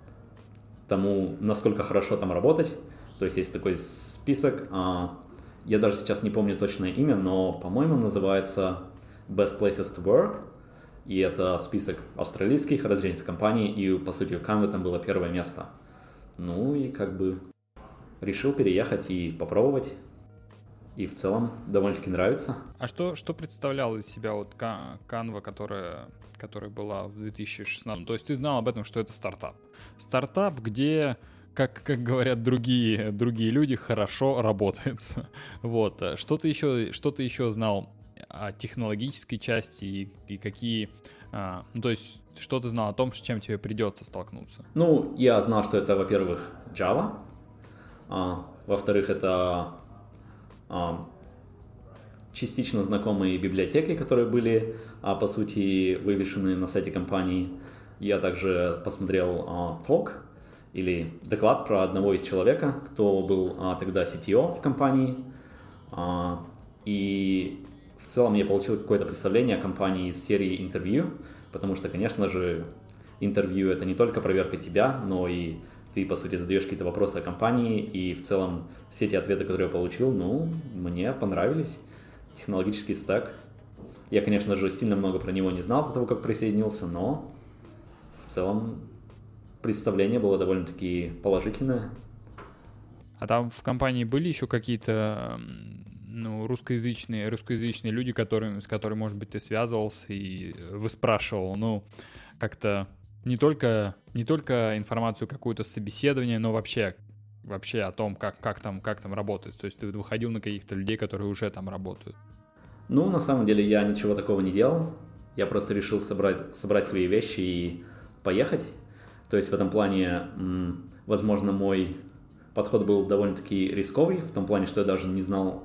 тому, насколько хорошо там работать. То есть есть такой список, а, я даже сейчас не помню точное имя, но, по-моему, называется Best Places to Work. И это список австралийских различных компаний, и, по сути, у Canva там было первое место. Ну и как бы решил переехать и попробовать. И в целом довольно-таки нравится. А что, что представляла из себя вот Canva, которая, которая была в две тысячи шестнадцатом? То есть ты знал об этом, что это стартап. Стартап, где, как, как говорят другие, другие люди, хорошо работается. Вот. Что ты еще, что ты еще знал о технологической части и, и какие... А, ну, то есть, что ты знал о том, с чем тебе придется столкнуться? Ну, я знал, что это, во-первых, Java, а, во-вторых, это а, частично знакомые библиотеки, которые были, а, по сути, вывешены на сайте компании. Я также посмотрел а, talk, или доклад про одного из человека, кто был а, тогда си ти о в компании, а, и... В целом я получил какое-то представление о компании из серии интервью, потому что, конечно же, интервью — это не только проверка тебя, но и ты, по сути, задаешь какие-то вопросы о компании, и в целом все те ответы, которые я получил, ну, мне понравились. Технологический стек. Я, конечно же, сильно много про него не знал до того, как присоединился, но в целом представление было довольно-таки положительное. А там в компании были еще какие-то... ну, русскоязычные, русскоязычные люди, которые, с которыми, может быть, ты связывался и выспрашивал, ну, как-то не только, не только информацию какую-то с собеседования, но вообще, вообще о том, как, как, там, как там работать. То есть ты выходил на каких-то людей, которые уже там работают. Ну, на самом деле, я ничего такого не делал. Я просто решил собрать, собрать свои вещи и поехать. То есть в этом плане, возможно, мой подход был довольно-таки рисковый, в том плане, что я даже не знал,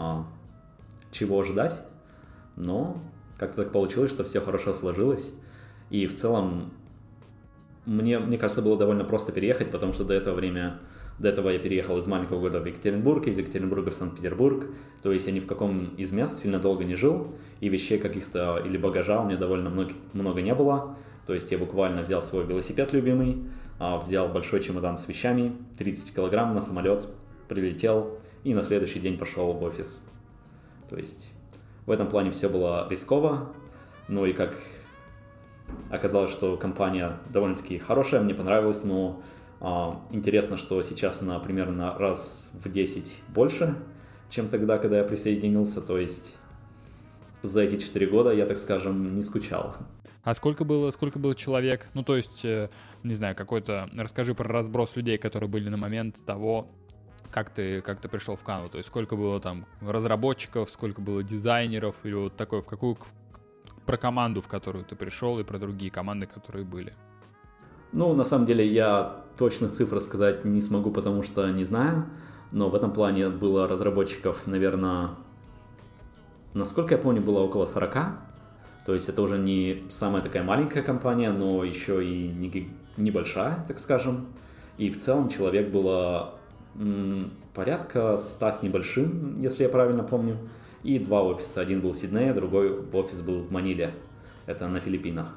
чего ожидать. Но как-то так получилось, что все хорошо сложилось. И в целом, мне, мне кажется, было довольно просто переехать, потому что до этого время... До этого я переехал из маленького города в Екатеринбург, из Екатеринбурга в Санкт-Петербург. То есть я ни в каком из мест сильно долго не жил, и вещей каких-то или багажа у меня довольно много, много не было. То есть я буквально взял свой велосипед любимый, взял большой чемодан с вещами, тридцать килограмм на самолет, прилетел и на следующий день пошел в офис. То есть в этом плане все было рисково. Ну и как оказалось, что компания довольно-таки хорошая, мне понравилась, но... Интересно, что сейчас она примерно раз в десять больше, чем тогда, когда я присоединился. То есть за эти четыре года я, так скажем, не скучал. А сколько было, сколько было человек? Ну, то есть, не знаю, какой-то... Расскажи про разброс людей, которые были на момент того, как ты, как ты пришел в Canva. То есть сколько было там разработчиков, сколько было дизайнеров, или вот такое, в какую... Про команду, в которую ты пришел, и про другие команды, которые были. Ну, на самом деле, я точных цифр сказать не смогу, потому что не знаю, но в этом плане было разработчиков, наверное, насколько я помню, было около сорока, то есть это уже не самая такая маленькая компания, но еще и не, небольшая, так скажем, и в целом человек было м, порядка ста с небольшим, если я правильно помню, и два офиса, один был в Сиднее, другой офис был в Маниле, это на Филиппинах.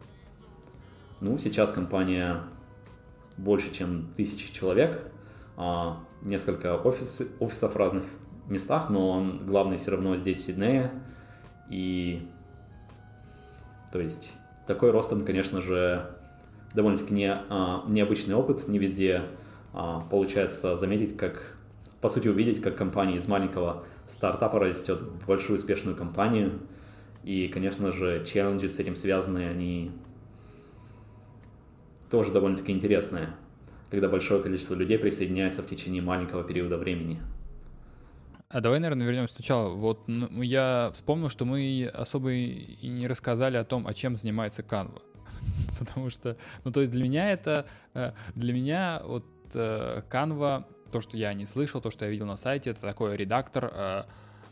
Ну, сейчас компания больше, чем тысячи человек, несколько офис, офисов в разных местах, но он главный все равно здесь, в Сиднее. И, то есть, такой рост, он, конечно же, довольно-таки не, необычный опыт, не везде получается заметить, как, по сути, увидеть, как компания из маленького стартапа растет в большую успешную компанию. И, конечно же, челленджи с этим связаны, они... тоже довольно-таки интересное, когда большое количество людей присоединяется в течение маленького периода времени. А давай, наверное, вернемся сначала. Вот ну, я вспомнил, что мы особо и не рассказали о том, о чем занимается Canva. Потому что, ну, то есть для меня это, для меня вот Canva, то, что я не слышал, то, что я видел на сайте, это такой редактор,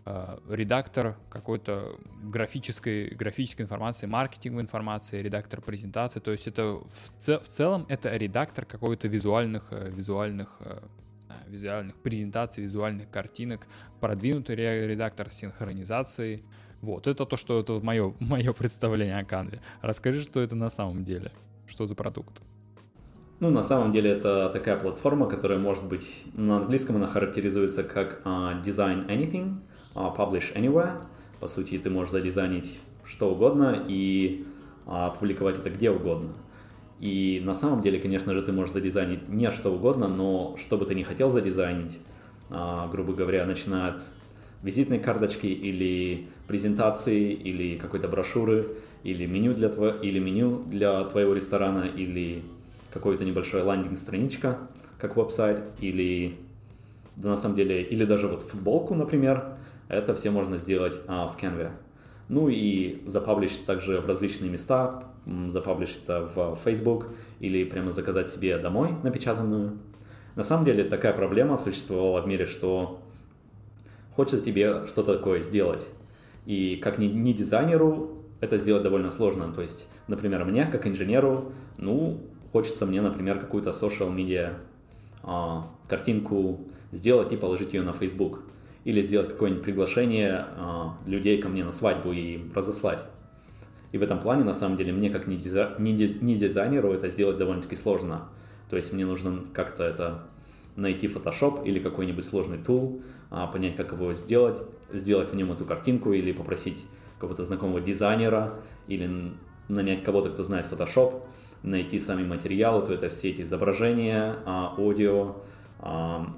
редактор какой-то графической, графической информации, маркетинговой информации, редактор презентации. То есть это в, цел, в целом это редактор какой-то визуальных, визуальных, визуальных презентаций, визуальных картинок, продвинутый редактор синхронизации. Вот, это то, что это мое, мое представление о Canva. Расскажи, что это на самом деле, что за продукт. Ну, на самом деле, это такая платформа, которая, может быть, на английском она характеризуется как uh, Design Anything, uh, Publish Anywhere. По сути, ты можешь задизайнить что угодно и uh, опубликовать это где угодно. И на самом деле, конечно же, ты можешь задизайнить не что угодно, но что бы ты ни хотел задизайнить, uh, грубо говоря, начиная от визитной карточки или презентации, или какой-то брошюры, или меню для, тво... или меню для твоего ресторана, или какой-то небольшой лендинг-страничка, как веб-сайт, или, да, на самом деле, или даже вот футболку, например, это все можно сделать а, в Canva. Ну и запаблишить также в различные места, запаблишить это в Facebook, или прямо заказать себе домой напечатанную. На самом деле такая проблема существовала в мире, что хочется тебе что-то такое сделать. И как ни, ни дизайнеру это сделать довольно сложно. То есть, например, мне, как инженеру, ну, хочется мне, например, какую-то social media а, картинку сделать и положить ее на Facebook. Или сделать какое-нибудь приглашение а, людей ко мне на свадьбу и разослать. И в этом плане, на самом деле, мне, как не, дизай... не, диз... не дизайнеру, это сделать довольно-таки сложно. То есть мне нужно как-то это найти Photoshop или какой-нибудь сложный tool, а, понять, как его сделать, сделать в нем эту картинку или попросить какого-то знакомого дизайнера или нанять кого-то, кто знает Photoshop, найти сами материалы, то это все эти изображения, аудио а,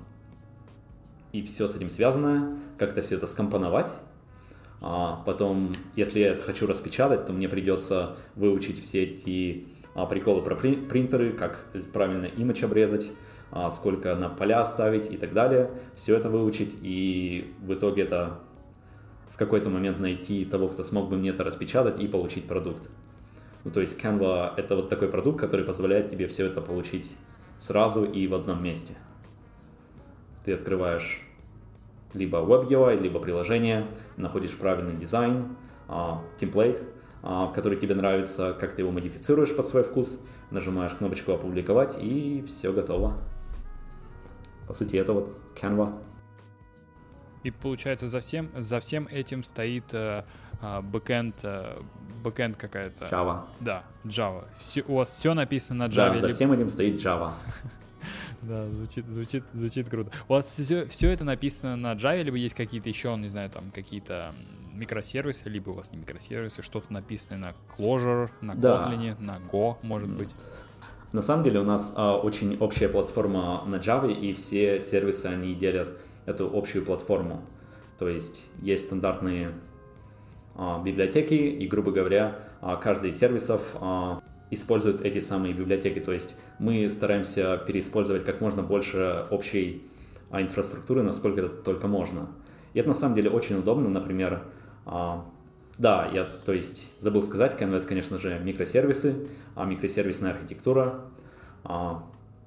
и все с этим связанное, как-то все это скомпоновать. А потом, если я это хочу распечатать, то мне придется выучить все эти а, приколы про при- принтеры, как правильно имидж обрезать, а, сколько на поля ставить и так далее. Все это выучить, и в итоге это какой-то момент найти того, кто смог бы мне это распечатать и получить продукт. Ну, то есть Canva — это вот такой продукт, который позволяет тебе все это получить сразу и в одном месте. Ты открываешь либо WebUI, либо приложение, находишь правильный дизайн, темплейт, который тебе нравится, как ты его модифицируешь под свой вкус, нажимаешь кнопочку «Опубликовать» и все готово. По сути, это вот Canva. И получается, за всем, за всем этим стоит э, бэкэнд, э, бэкэнд какая-то. Java. Да, Java. Все, у вас все написано на Java? Да, за либо... всем этим стоит Java. Да, звучит, звучит, звучит круто. У вас все, все это написано на Java, либо есть какие-то еще, не знаю, там какие-то микросервисы, либо у вас не микросервисы, что-то написано на Clojure, на да. Kotlin, на Go, может быть? На самом деле у нас а, очень общая платформа на Java, и все сервисы, они делят эту общую платформу. То есть есть стандартные а, библиотеки, и, грубо говоря, а, каждый из сервисов а, использует эти самые библиотеки. То есть мы стараемся переиспользовать как можно больше общей а, инфраструктуры, насколько это только можно. И это на самом деле очень удобно. Например, а, да, я, то есть, забыл сказать, Canva — это, конечно же, микросервисы, а микросервисная архитектура. А,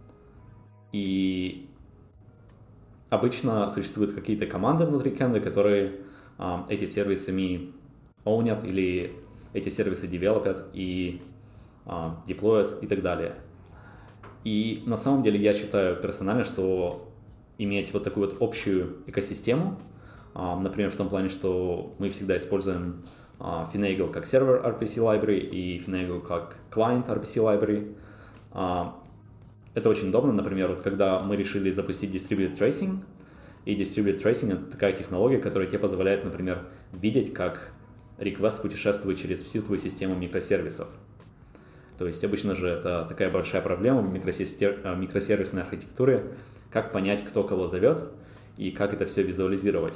и обычно существуют какие-то команды внутри Canva, которые а, эти сервисами оунят или эти сервисы девелопят и а, деплоят и так далее. И на самом деле я считаю персонально, что иметь вот такую вот общую экосистему, а, например, в том плане, что мы всегда используем а, Finagle как сервер ар пи си library и Finagle как client ар пи си library. А, это очень удобно. Например, вот когда мы решили запустить Distributed Tracing, и Distributed Tracing — это такая технология, которая тебе позволяет, например, видеть, как request путешествует через всю твою систему микросервисов. То есть обычно же это такая большая проблема в микросервисной архитектуре, как понять, кто кого зовет и как это все визуализировать.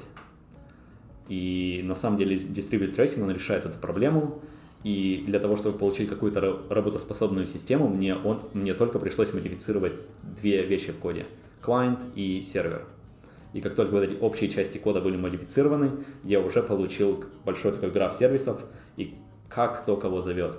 И на самом деле Distributed Tracing, он решает эту проблему, и для того, чтобы получить какую-то работоспособную систему, мне, он, мне только пришлось модифицировать две вещи в коде — client и сервер. И как только вот эти общие части кода были модифицированы, я уже получил большой такой граф сервисов и как кто кого зовет.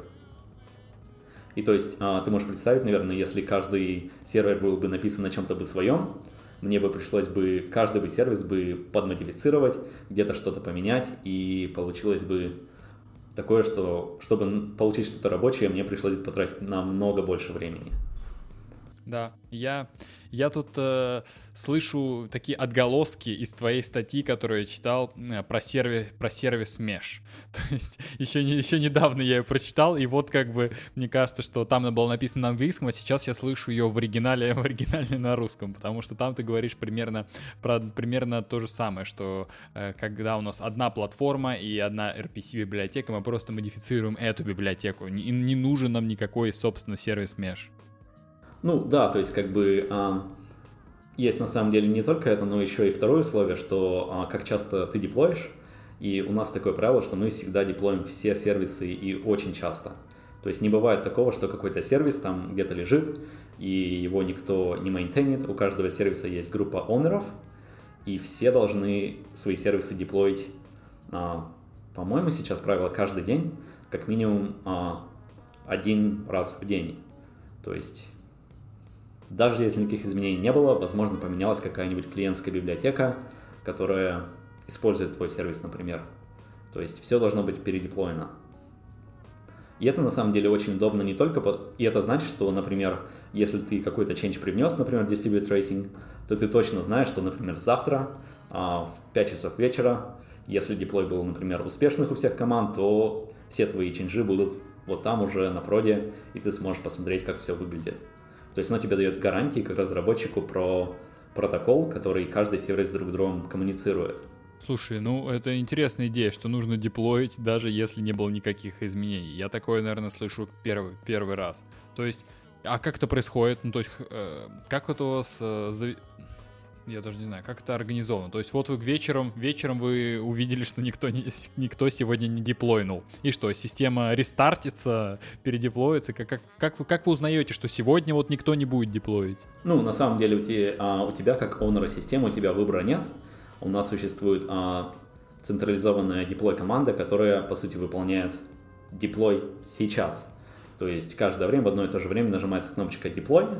И то есть ты можешь представить, наверное, если каждый сервер был бы написан на чем-то бы своем, мне бы пришлось бы, каждый бы сервис бы подмодифицировать, где-то что-то поменять, и получилось бы такое, что чтобы получить что-то рабочее, мне пришлось бы потратить намного больше времени. Да, я, я тут э, слышу такие отголоски из твоей статьи, которую я читал э, про, сервис, про сервис Mesh. То есть еще, не, еще недавно я ее прочитал, и вот как бы мне кажется, что там было написано на английском, а сейчас я слышу ее в оригинале, в оригинале на русском, потому что там ты говоришь примерно, про, примерно то же самое, что э, когда у нас одна платформа и одна ар пи си-библиотека, мы просто модифицируем эту библиотеку, не, не нужен нам никакой, собственно, сервис Mesh. Ну да, то есть как бы а, есть на самом деле не только это, но еще и второе условие, что а, как часто ты деплоишь, и у нас такое правило, что мы всегда деплоим все сервисы и очень часто. То есть не бывает такого, что какой-то сервис там где-то лежит, и его никто не мейнтейнит, у каждого сервиса есть группа оунеров, и все должны свои сервисы деплоить, а, по-моему, сейчас правило каждый день, как минимум а, один раз в день. То есть даже если никаких изменений не было, возможно, поменялась какая-нибудь клиентская библиотека, которая использует твой сервис, например. То есть все должно быть передеплоено. И это на самом деле очень удобно не только... По... И это значит, что, например, если ты какой-то change привнес, например, Distributed Tracing, то ты точно знаешь, что, например, завтра а, в пять часов вечера, если деплой был, например, успешных у всех команд, то все твои ченджи будут вот там уже на проде, и ты сможешь посмотреть, как все выглядит. То есть оно тебе дает гарантии как разработчику про протокол, который каждый сервис друг с другом коммуницирует. Слушай, ну это интересная идея, что нужно деплоить, даже если не было никаких изменений. Я такое, наверное, слышу первый, первый раз. То есть, а как это происходит? Ну, то есть, э, как это у вас... Э, за... Я даже не знаю, как это организовано. То есть вот вы вечером, вечером вы увидели, что никто, не, никто сегодня не деплойнул. И что, система рестартится, передеплоится? Как, как, как, вы, как вы узнаете, что сегодня вот никто не будет деплоить? Ну, на самом деле у тебя, у тебя как оунера системы, у тебя выбора нет. У нас существует а, централизованная деплой-команда, которая, по сути, выполняет деплой сейчас. То есть каждое время в одно и то же время нажимается кнопочка deploy,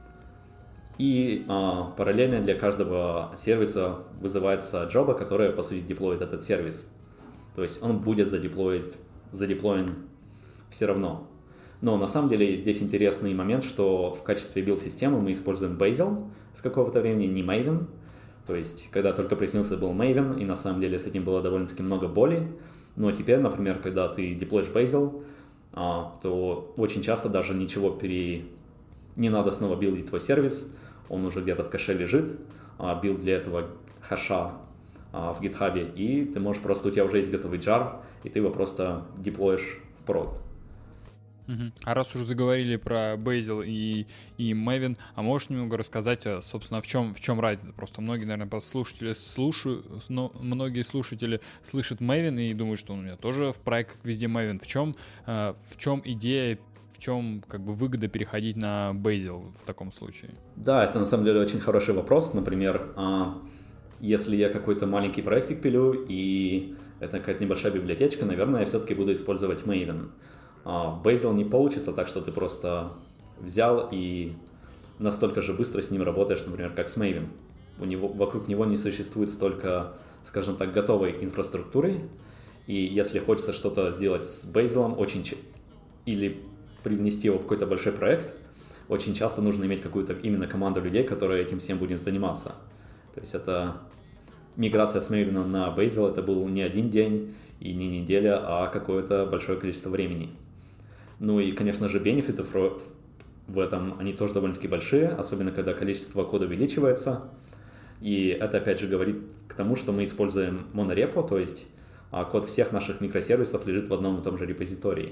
и а, параллельно для каждого сервиса вызывается джоба, которая, по сути, деплоит этот сервис. То есть он будет задеплоен, задеплоен все равно. Но на самом деле здесь интересный момент, что в качестве билд-системы мы используем Bazel с какого-то времени, не Maven. То есть когда только приснился был Maven, и на самом деле с этим было довольно-таки много боли. Но теперь, например, когда ты деплоишь Bazel, а, то очень часто даже ничего пере... не надо снова билдить твой сервис, он уже где-то в кэше лежит, а, билд для этого хэша а, в GitHub, и ты можешь просто, у тебя уже есть готовый джар, и ты его просто деплоишь в прод. Uh-huh. А раз уже заговорили про Bazel и, и Maven, а можешь немного рассказать, собственно, в чем, в чем разница? Просто многие, наверное, слушатели слушают, но многие слушатели слышат Maven и думают, что у меня тоже в проектах везде Maven. В чем, э, в чем идея, в чем как бы выгода переходить на Bazel в таком случае? Да, это на самом деле очень хороший вопрос. Например, если я какой-то маленький проектик пилю, и это какая-то небольшая библиотечка, наверное, я все-таки буду использовать Maven. В Bazel не получится так, что ты просто взял и настолько же быстро с ним работаешь, например, как с Maven. У него, вокруг него не существует столько, скажем так, готовой инфраструктуры, и если хочется что-то сделать с Bazel, очень ч... или привнести его в какой-то большой проект, очень часто нужно иметь какую-то именно команду людей, которые этим всем будут заниматься. То есть это миграция с Maven на Bazel, это был не один день и не неделя, а какое-то большое количество времени. Ну и, конечно же, бенефиты в этом, они тоже довольно-таки большие, особенно когда количество кода увеличивается. И это, опять же, говорит к тому, что мы используем монорепо, то есть код всех наших микросервисов лежит в одном и том же репозитории.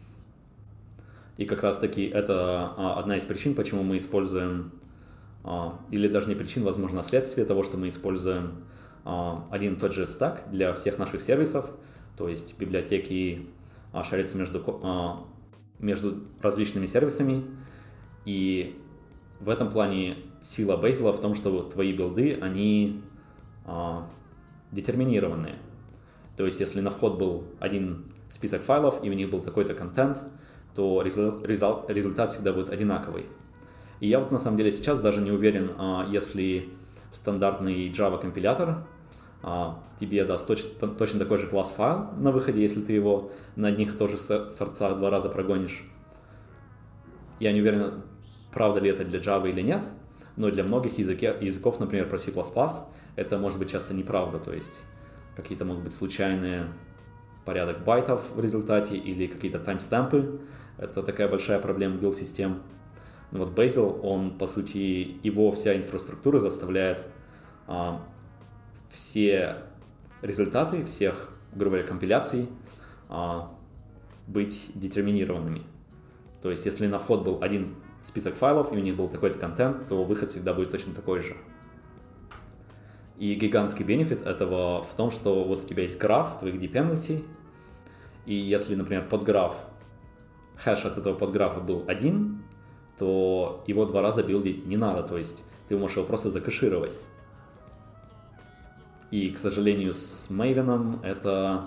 И как раз-таки это одна из причин, почему мы используем, или даже не причин, возможно, следствие того, что мы используем один и тот же стак для всех наших сервисов, то есть библиотеки шарятся между, между различными сервисами, и в этом плане сила Bazel в том, что твои билды, они а, детерминированные. То есть если на вход был один список файлов, и в них был такой-то контент, то результат, результат всегда будет одинаковый. И я вот на самом деле сейчас даже не уверен, а, если стандартный Java компилятор а, тебе даст точно, точно такой же класс файл на выходе, если ты его на одних и тоже сорцах два раза прогонишь. Я не уверен, правда ли это для Java или нет, но для многих языке, языков, например, про C++, это может быть часто неправда, то есть какие-то могут быть случайные порядок байтов в результате или какие-то таймстемпы. Это такая большая проблема билд-систем. Но вот Bazel, он, по сути, его вся инфраструктура заставляет а, все результаты всех, грубо говоря, компиляций а, быть детерминированными. То есть, если на вход был один список файлов, и у них был такой-то контент, то выход всегда будет точно такой же. И гигантский бенефит этого в том, что вот у тебя есть граф твоих dependency, и если, например, подграф, хэш от этого подграфа был один, то его два раза билдить не надо, то есть ты можешь его просто закэшировать. И, к сожалению, с Maven это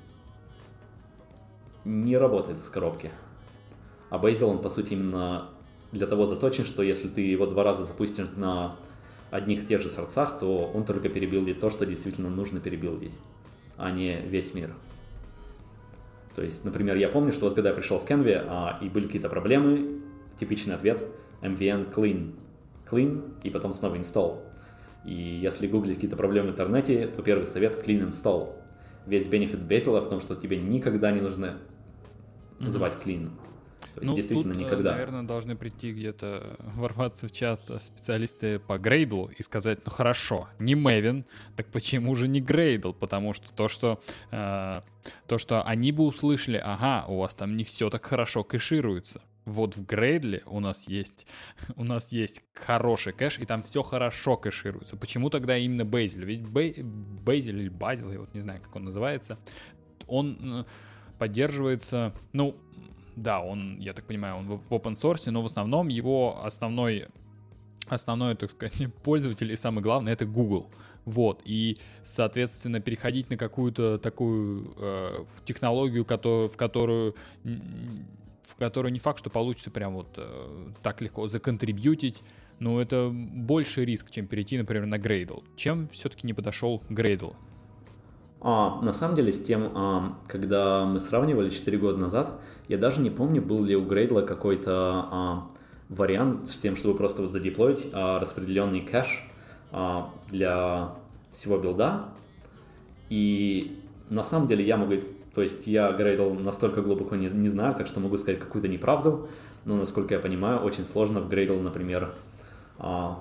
не работает с коробки. А Bazel, он, по сути, именно для того заточен, что если ты его два раза запустишь на одних и тех же сорцах, то он только перебилдит то, что действительно нужно перебилдить, а не весь мир. То есть, например, я помню, что вот когда я пришел в Canvas, а, и были какие-то проблемы, типичный ответ эм ви эн clean, clean и потом снова install. И если гуглить какие-то проблемы в интернете, то первый совет clean install. Весь бенефит Bazel в том, что тебе никогда не нужно называть clean. То есть, ну, действительно, тут, никогда. наверное, должны прийти где-то, ворваться в чат специалисты по Gradle и сказать, ну хорошо, не Maven, так почему же не Gradle? Потому что то, что, э, то, что они бы услышали, ага, у вас там не все так хорошо кэшируется. Вот в Gradle у нас есть, у нас есть хороший кэш, и там все хорошо кэшируется. Почему тогда именно Bazel? Ведь Bazel или Bazel, я вот не знаю, как он называется, он поддерживается, ну, да, он, я так понимаю, он в open source, но в основном его основной основной, так сказать, пользователь и самое главное — это Google. Вот, и, соответственно, переходить на какую-то такую э, технологию, который, в которую в которую не факт, что получится прям вот э, так легко законтрибьютить, но это больший риск, чем перейти, например, на Gradle. Чем все-таки не подошел Gradle? А, на самом деле, с тем, а, когда мы сравнивали четыре года назад, я даже не помню, был ли у Gradle какой-то а, вариант с тем, чтобы просто вот задеплоить а, распределенный кэш а, для всего билда. И на самом деле я могу... То есть я Gradle настолько глубоко не, не знаю, так что могу сказать какую-то неправду, но, насколько я понимаю, очень сложно в Gradle, например, а,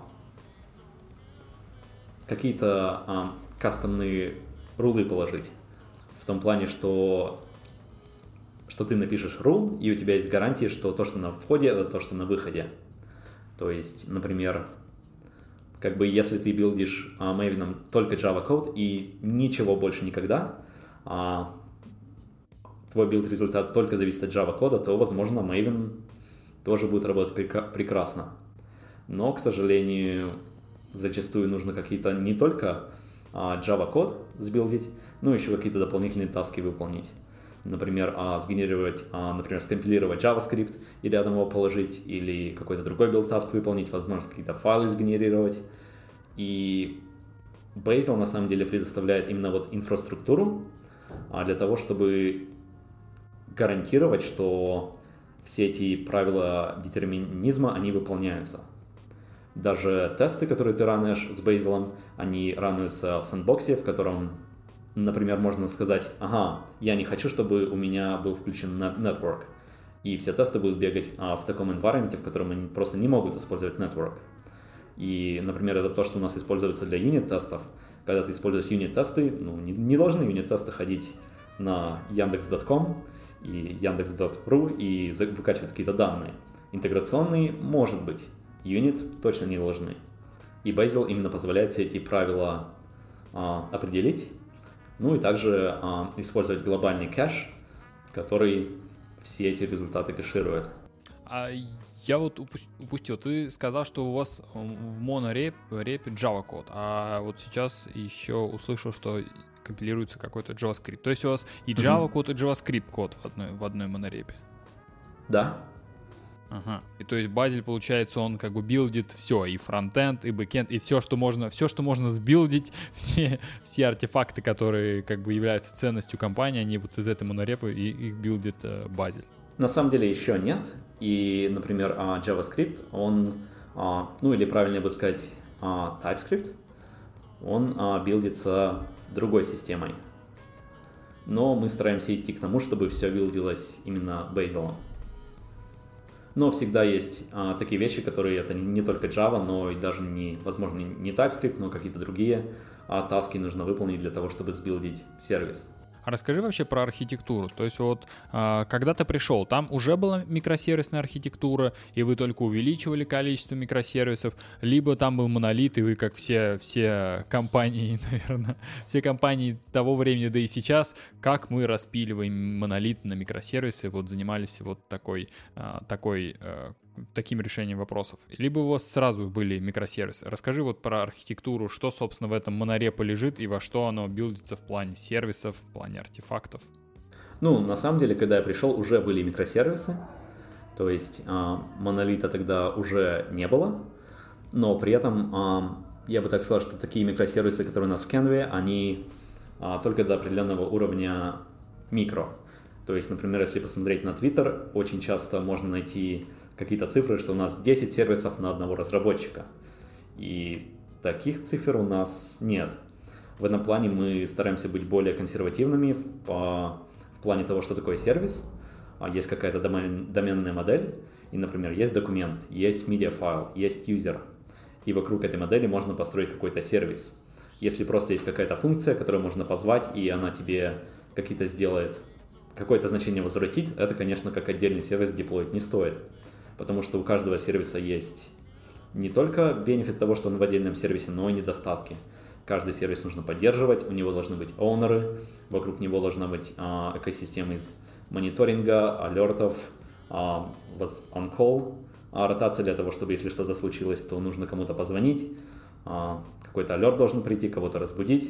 какие-то а, кастомные рулы положить. В том плане, что, что ты напишешь рул, и у тебя есть гарантия, что то, что на входе, это то, что на выходе. То есть, например, как бы если ты билдишь а, Maven только Java код и ничего больше никогда, а, твой билд-результат только зависит от Java кода, то, возможно, Maven тоже будет работать прека- прекрасно. Но, к сожалению, зачастую нужно какие-то не только а, Java код сбилдить, но еще какие-то дополнительные таски выполнить. Например, а, сгенерировать, а, например, скомпилировать JavaScript и рядом его положить, или какой-то другой билд-таск выполнить, возможно, какие-то файлы сгенерировать. И Bazel на самом деле предоставляет именно вот инфраструктуру а, для того, чтобы гарантировать, что все эти правила детерминизма, они выполняются. Даже тесты, которые ты ранишь с Bazel, они ранятся в сэндбоксе, в котором, например, можно сказать: ага, я не хочу, чтобы у меня был включен network. И все тесты будут бегать а, в таком environment, в котором они просто не могут использовать network. И, например, это то, что у нас используется для юнит-тестов. Когда ты используешь юнит-тесты, ну, не, не должны юнит-тесты ходить на яндекс точка ком и яндекс точка ру и выкачивать какие-то данные. Интеграционные, может быть, юнит точно не должны. И Bazel именно позволяет все эти правила а, определить, ну и также а, использовать глобальный кэш, который все эти результаты кэширует. А я вот упустил, ты сказал, что у вас в монорепе Java код, а вот сейчас еще услышал, что компилируется какой-то JavaScript. То есть у вас и Java код, и JavaScript код в одной, в одной монорепе? Да. Ага. И то есть Bazel, получается, он как бы билдит все, и фронтенд, и бэкенд, и все, что можно, все, что можно сбилдить, все, все артефакты, которые как бы являются ценностью компании, они вот из этой монорепы и их билдит uh, Bazel. На самом деле еще нет. И, например, JavaScript, он, ну или правильнее будет сказать TypeScript, он билдится другой системой. Но мы стараемся идти к тому, чтобы все билдилось именно Bazel. Но всегда есть а, такие вещи, которые это не, не только Java, но и даже не, возможно, не TypeScript, но какие-то другие а, таски нужно выполнить для того, чтобы сбилдить сервис. А расскажи вообще про архитектуру. То есть вот а, когда ты пришел, там уже была микросервисная архитектура, и вы только увеличивали количество микросервисов, либо там был монолит, и вы, как все, все компании, наверное, все компании того времени, да и сейчас, как мы распиливаем монолит на микросервисы, вот занимались вот такой, а, такой а, таким решением вопросов. Либо у вас сразу были микросервисы. Расскажи вот про архитектуру, что, собственно, в этом монорепо лежит и во что оно билдится в плане сервисов, в плане артефактов. Ну, на самом деле, когда я пришел, уже были микросервисы, то есть э, монолита тогда уже не было, но при этом э, я бы так сказал, что такие микросервисы, которые у нас в Canva, они э, только до определенного уровня микро. То есть, например, если посмотреть на Twitter, очень часто можно найти какие-то цифры, что у нас десять сервисов на одного разработчика. И таких цифр у нас нет. В этом плане мы стараемся быть более консервативными в, по, в плане того, что такое сервис. Есть какая-то домен, доменная модель, и, например, есть документ, есть медиафайл, есть юзер. И вокруг этой модели можно построить какой-то сервис. Если просто есть какая-то функция, которую можно позвать, и она тебе какие-то сделает, какое-то значение возвратит, это, конечно, как отдельный сервис деплоить не стоит. Потому что у каждого сервиса есть не только бенефит того, что он в отдельном сервисе, но и недостатки. Каждый сервис нужно поддерживать, у него должны быть оунеры, вокруг него должна быть а, экосистема из мониторинга, алертов, а, on-call, А ротация для того, чтобы если что-то случилось, то нужно кому-то позвонить, какой-то алерт должен прийти, кого-то разбудить.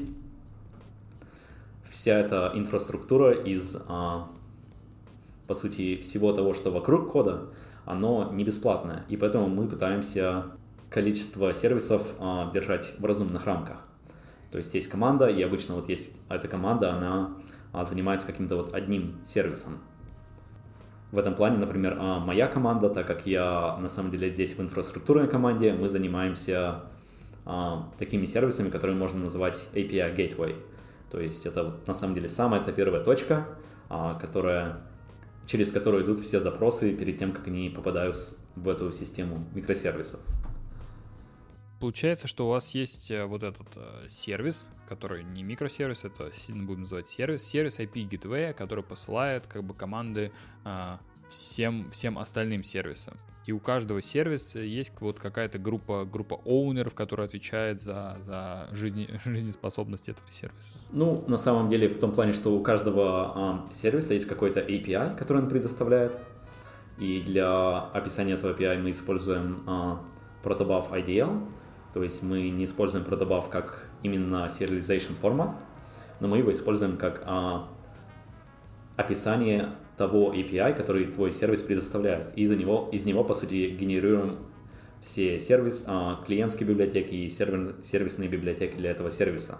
Вся эта инфраструктура из, по сути, всего того, что вокруг кода, оно не бесплатное, и поэтому мы пытаемся количество сервисов держать в разумных рамках. То есть есть команда, и обычно вот есть эта команда, она занимается каким-то вот одним сервисом. В этом плане, например, моя команда, так как я на самом деле здесь в инфраструктурной команде, мы занимаемся такими сервисами, которые можно называть эй пи ай Gateway. То есть это вот, на самом деле самая это первая точка, которая, через которую идут все запросы перед тем, как они попадают в эту систему микросервисов. Получается, что у вас есть вот этот сервис, который не микросервис, это будем называть сервис, сервис ай пи Gateway, который посылает как бы команды а, всем, всем остальным сервисам. И у каждого сервиса есть вот какая-то группа, группа оунеров, которая отвечает за, за жизни, жизнеспособность этого сервиса. Ну, на самом деле, в том плане, что у каждого а, сервиса есть какой-то эй пи ай, который он предоставляет. И для описания этого эй пи ай мы используем а, Protobuf ай ди эл. То есть мы не используем Protobuf как именно serialization формат, но мы его используем как а, описание того эй пи ай, который твой сервис предоставляет. И из него, из него, по сути, генерируем все сервис, а, клиентские библиотеки и сервер, сервисные библиотеки для этого сервиса.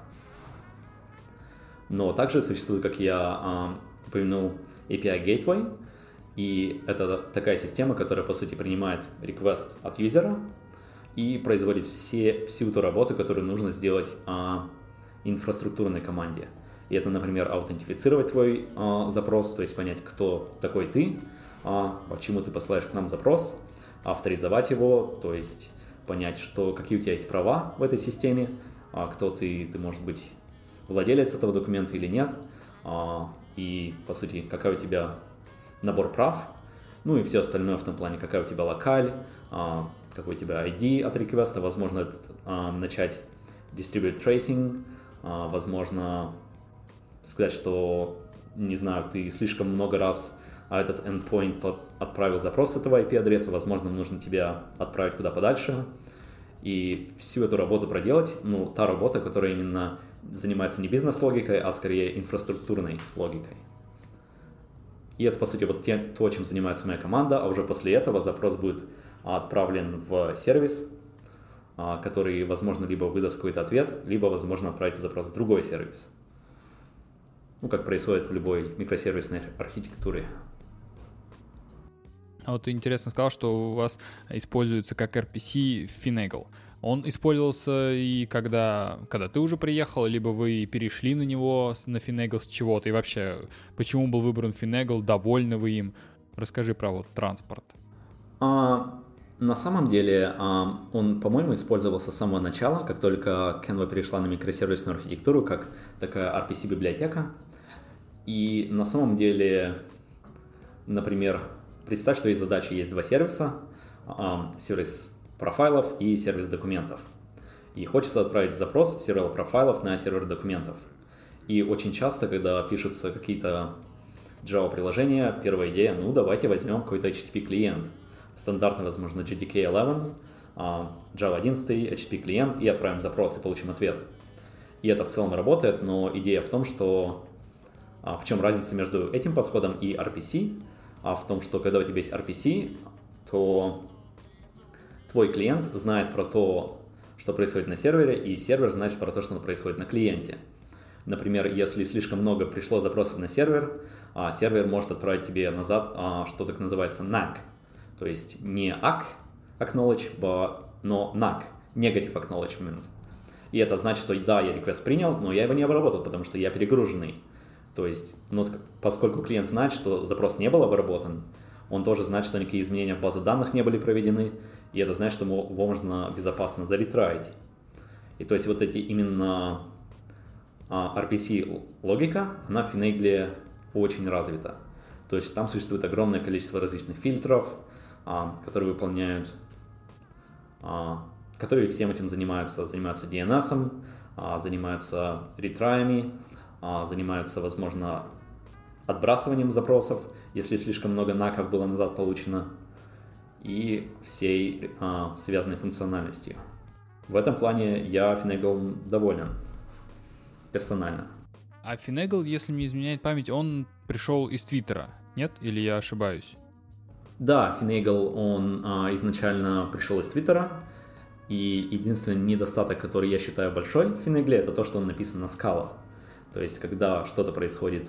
Но также существует, как я а, упомянул, эй пи ай Gateway, и это такая система, которая, по сути, принимает request от юзера и производит все, всю ту работу, которую нужно сделать а, инфраструктурной команде. И это, например, аутентифицировать твой а, запрос, то есть понять, кто такой ты, а, почему ты посылаешь к нам запрос, авторизовать его, то есть понять, что, какие у тебя есть права в этой системе, а, кто ты, ты, может быть, владелец этого документа или нет, а, и, по сути, какой у тебя набор прав, ну и все остальное в том плане, какая у тебя локаль, а, какой у тебя ай ди от реквеста, возможно, а, начать distribute tracing, а, возможно, сказать, что, не знаю, ты слишком много раз а этот endpoint отправил запрос с этого ай пи-адреса, возможно, нужно тебя отправить куда подальше, и всю эту работу проделать, ну, та работа, которая именно занимается не бизнес-логикой, а скорее инфраструктурной логикой. И это, по сути, вот те, то, чем занимается моя команда, а уже после этого запрос будет отправлен в сервис, который, возможно, либо выдаст какой-то ответ, либо, возможно, отправить запрос в другой сервис. Ну, как происходит в любой микросервисной архитектуре. А вот ты интересно сказал, что у вас используется как эр пи си Finagle. Он использовался и когда, когда ты уже приехал, либо вы перешли на него, на Finagle с чего-то, и вообще, почему был выбран Finagle, довольны вы им? Расскажи про вот транспорт. А, на самом деле, а, он, по-моему, использовался с самого начала, как только Canva перешла на микросервисную архитектуру, как такая ар пи си-библиотека. И на самом деле, например, представь, что есть задача, есть два сервиса, а, сервис профайлов и сервис документов. И хочется отправить запрос сервера профайлов на сервер документов. И очень часто, когда пишутся какие-то Java-приложения, первая идея, ну давайте возьмем какой-то эйч ти ти пи-клиент. Стандартно, возможно, джей ди кей одиннадцать, Java одиннадцать, эйч ти ти пи-клиент, и отправим запрос, и получим ответ. И это в целом работает, но идея в том, что в чем разница между этим подходом и ар пи си, а в том, что когда у тебя есть ар пи си, то твой клиент знает про то, что происходит на сервере, и сервер знает про то, что происходит на клиенте. Например, если слишком много пришло запросов на сервер, сервер может отправить тебе назад, что так называется наг, то есть не ак, acknowledge, но наг, negative acknowledgement. И это значит, что да, я request принял, но я его не обработал, потому что я перегруженный. То есть, ну, поскольку клиент знает, что запрос не был обработан, он тоже знает, что никакие изменения в базу данных не были проведены, и это значит, что его можно безопасно заретраить. И то есть вот эти именно ар пи си-логика, она в Finagle очень развита. То есть там существует огромное количество различных фильтров, которые выполняют, которые всем этим занимаются. Занимаются ди эн эс, занимаются ретраями, занимаются, возможно, отбрасыванием запросов, если слишком много наков было назад получено. и всей а, связанной функциональностью. В этом плане я Finagle доволен персонально. А Finagle, если мне изменяет память, он пришел из Твиттера, нет? Или я ошибаюсь? Да, Finagle, он а, изначально пришел из Твиттера, и единственный недостаток, который я считаю большой в Finagle, это то, что он написан на Scala. То есть, когда что-то происходит,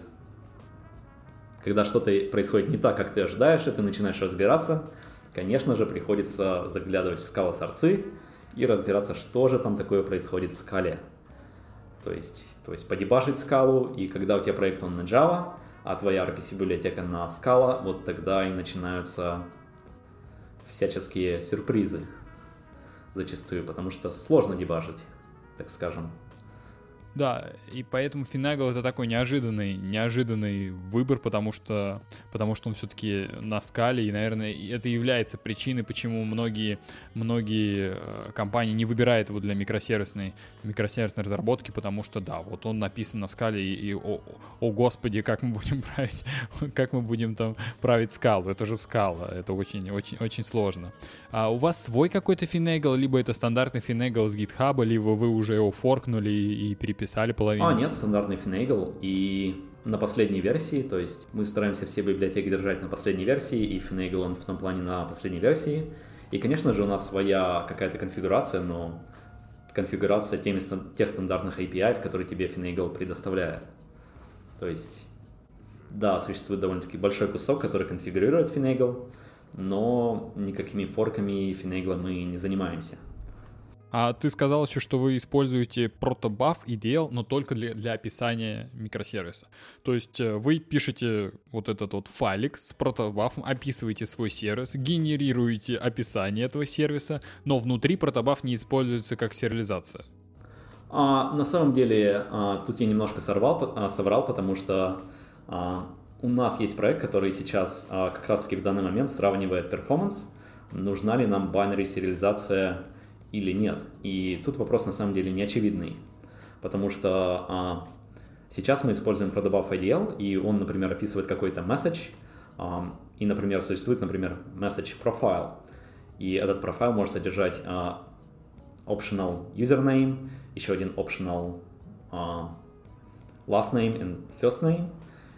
когда что-то происходит не так, как ты ожидаешь, и ты начинаешь разбираться, конечно же, приходится заглядывать в Scala-сорцы и разбираться, что же там такое происходит в Scala. То есть, то есть подебажить скалу, и когда у тебя проект он на Java, а твоя ар пи си-библиотека на Scala, вот тогда и начинаются всяческие сюрпризы зачастую, потому что сложно дебажить, так скажем. Да, и поэтому Finagle — это такой неожиданный, неожиданный выбор, потому что, потому что он все-таки на скале, и, наверное, это является причиной, почему многие, многие компании не выбирают его для микросервисной, микросервисной разработки, потому что, да, вот он написан на скале, и, и о, о господи, как мы будем править, как мы будем там править скалу, это же скала, это очень, очень, очень сложно. А у вас свой какой-то Finagle, либо это стандартный Finagle с GitHub, либо вы уже его форкнули и переписали? Писали половину. А, нет, стандартный Finagle, и на последней версии, то есть мы стараемся все библиотеки держать на последней версии, и Finagle он в том плане на последней версии. И, конечно же, у нас своя какая-то конфигурация, но конфигурация теми, тех стандартных эй пи ай, которые тебе Finagle предоставляет. То есть, да, существует довольно-таки большой кусок, который конфигурирует Finagle, но никакими форками Finagle мы не занимаемся. А ты сказал еще, что вы используете Protobuf и ди эл, но только для, для описания микросервиса. То есть вы пишете вот этот вот файлик с Protobuf, описываете свой сервис, генерируете описание этого сервиса, но внутри Protobuf не используется как сериализация. А, на самом деле, а, тут я немножко сорвал, а, соврал, потому что а, у нас есть проект, который сейчас а, как раз-таки в данный момент сравнивает перформанс, нужна ли нам binary сериализация или нет. И тут вопрос на самом деле не очевидный, потому что а, сейчас мы используем Protobuf ай ди эл, и он, например, описывает какой-то message, а, и, например, существует, например, message profile, и этот профайл может содержать а, optional username, еще один optional а, last name and first name,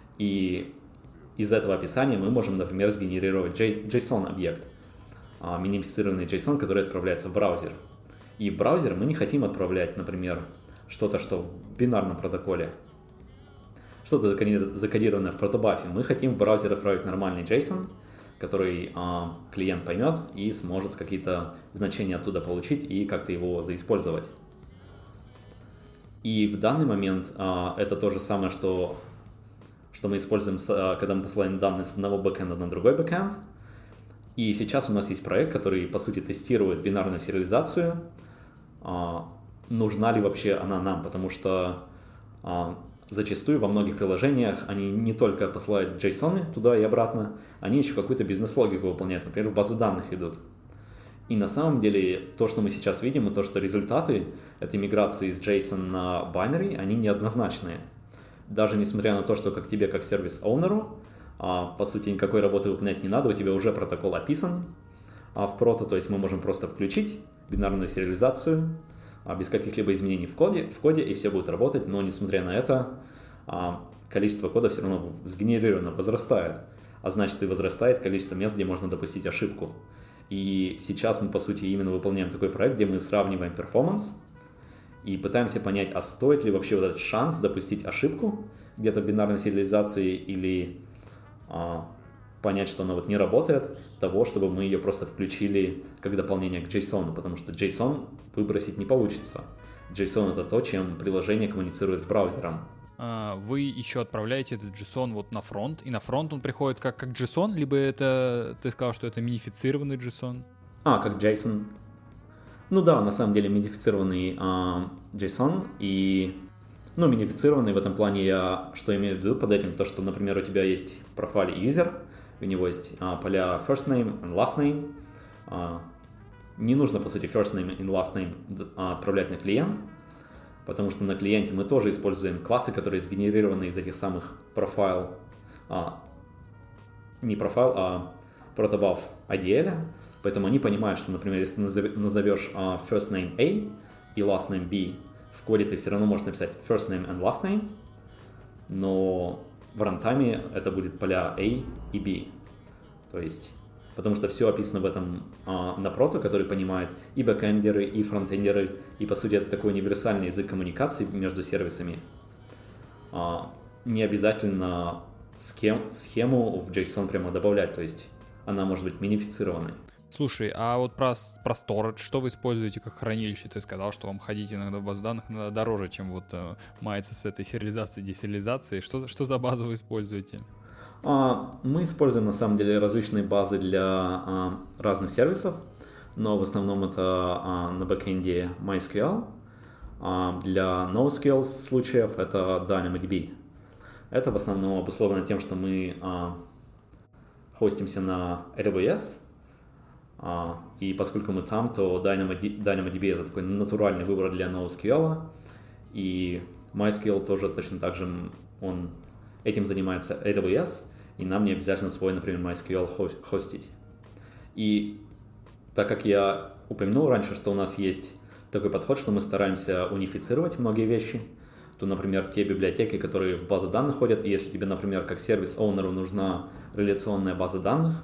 и из этого описания мы можем, например, сгенерировать JSON-объект, минифицированный JSON, который отправляется в браузер. И в браузер мы не хотим отправлять, например, что-то, что в бинарном протоколе, что-то закодированное в Protobuf. Мы хотим в браузер отправить нормальный JSON, который а, клиент поймет и сможет какие-то значения оттуда получить и как-то его заиспользовать. И в данный момент а, это то же самое, что, что мы используем, с, а, когда мы посылаем данные с одного бэкэнда на другой бэкэнд. И сейчас у нас есть проект, который, по сути, тестирует бинарную сериализацию. А, нужна ли вообще она нам? Потому что а, зачастую во многих приложениях они не только посылают JSON туда и обратно, они еще какую-то бизнес-логику выполняют, например, в базу данных идут. И на самом деле то, что мы сейчас видим, и то, что результаты этой миграции с JSON на binary, они неоднозначные. Даже несмотря на то, что как тебе, как сервис-оунеру, а, по сути, никакой работы выполнять не надо, у тебя уже протокол описан а, в прото, то есть мы можем просто включить бинарную сериализацию а, без каких-либо изменений в коде, в коде, и все будет работать, но несмотря на это, а, количество кода все равно сгенерировано возрастает, а значит и возрастает количество мест, где можно допустить ошибку. И сейчас мы, по сути, именно выполняем такой проект, где мы сравниваем перформанс и пытаемся понять, а стоит ли вообще вот этот шанс допустить ошибку где-то в бинарной сериализации или а, понять, что она вот не работает, того, чтобы мы ее просто включили как дополнение к JSON, потому что JSON выбросить не получится. JSON — это то, чем приложение коммуницирует с браузером. Вы еще отправляете этот JSON вот на фронт, и на фронт он приходит как, как JSON, либо это, ты сказал, что это минифицированный JSON? А, как JSON. Ну да, на самом деле минифицированный а, JSON, и ну, минифицированный в этом плане я что имею в виду под этим, то, что, например, у тебя есть профайл user, у него есть а, поля first name and last name. А, не нужно, по сути, first name и last name а, отправлять на клиент, потому что на клиенте мы тоже используем классы, которые сгенерированы из этих самых профайл, а, не профайл, а Protobuf ай ди эл, Поэтому они понимают, что, например, если ты назовешь uh, first name A и last name B, в коде ты все равно можешь написать first name and last name, но в рантайме это будет поля A и B. То есть, потому что все описано в этом uh, на прото, который понимает и бэкэндеры, и фронтендеры, и, по сути, это такой универсальный язык коммуникации между сервисами. Uh, не обязательно схем, схему в JSON прямо добавлять, то есть она может быть минифицированной. Слушай, а вот про, про storage, что вы используете как хранилище? Ты сказал, что вам ходить иногда в базу данных иногда дороже, чем вот э, маяться с этой сериализацией, десериализацией. Что, что за базу вы используете? Uh, мы используем на самом деле различные базы для uh, разных сервисов, но в основном это uh, на бэкэнде MySQL. Uh, для NoSQL случаев это DynamoDB. Это в основном обусловлено тем, что мы uh, хостимся на эй дабл ю эс, uh, и поскольку мы там, то DynamoDB, DynamoDB это такой натуральный выбор для NoSQL, и MySQL тоже точно так же, он, этим занимается эй дабл ю эс, и нам не обязательно свой, например, MySQL хостить. И так как я упомянул раньше, что у нас есть такой подход, что мы стараемся унифицировать многие вещи, то, например, те библиотеки, которые в базу данных ходят, и если тебе, например, как сервис-оунеру нужна реляционная база данных,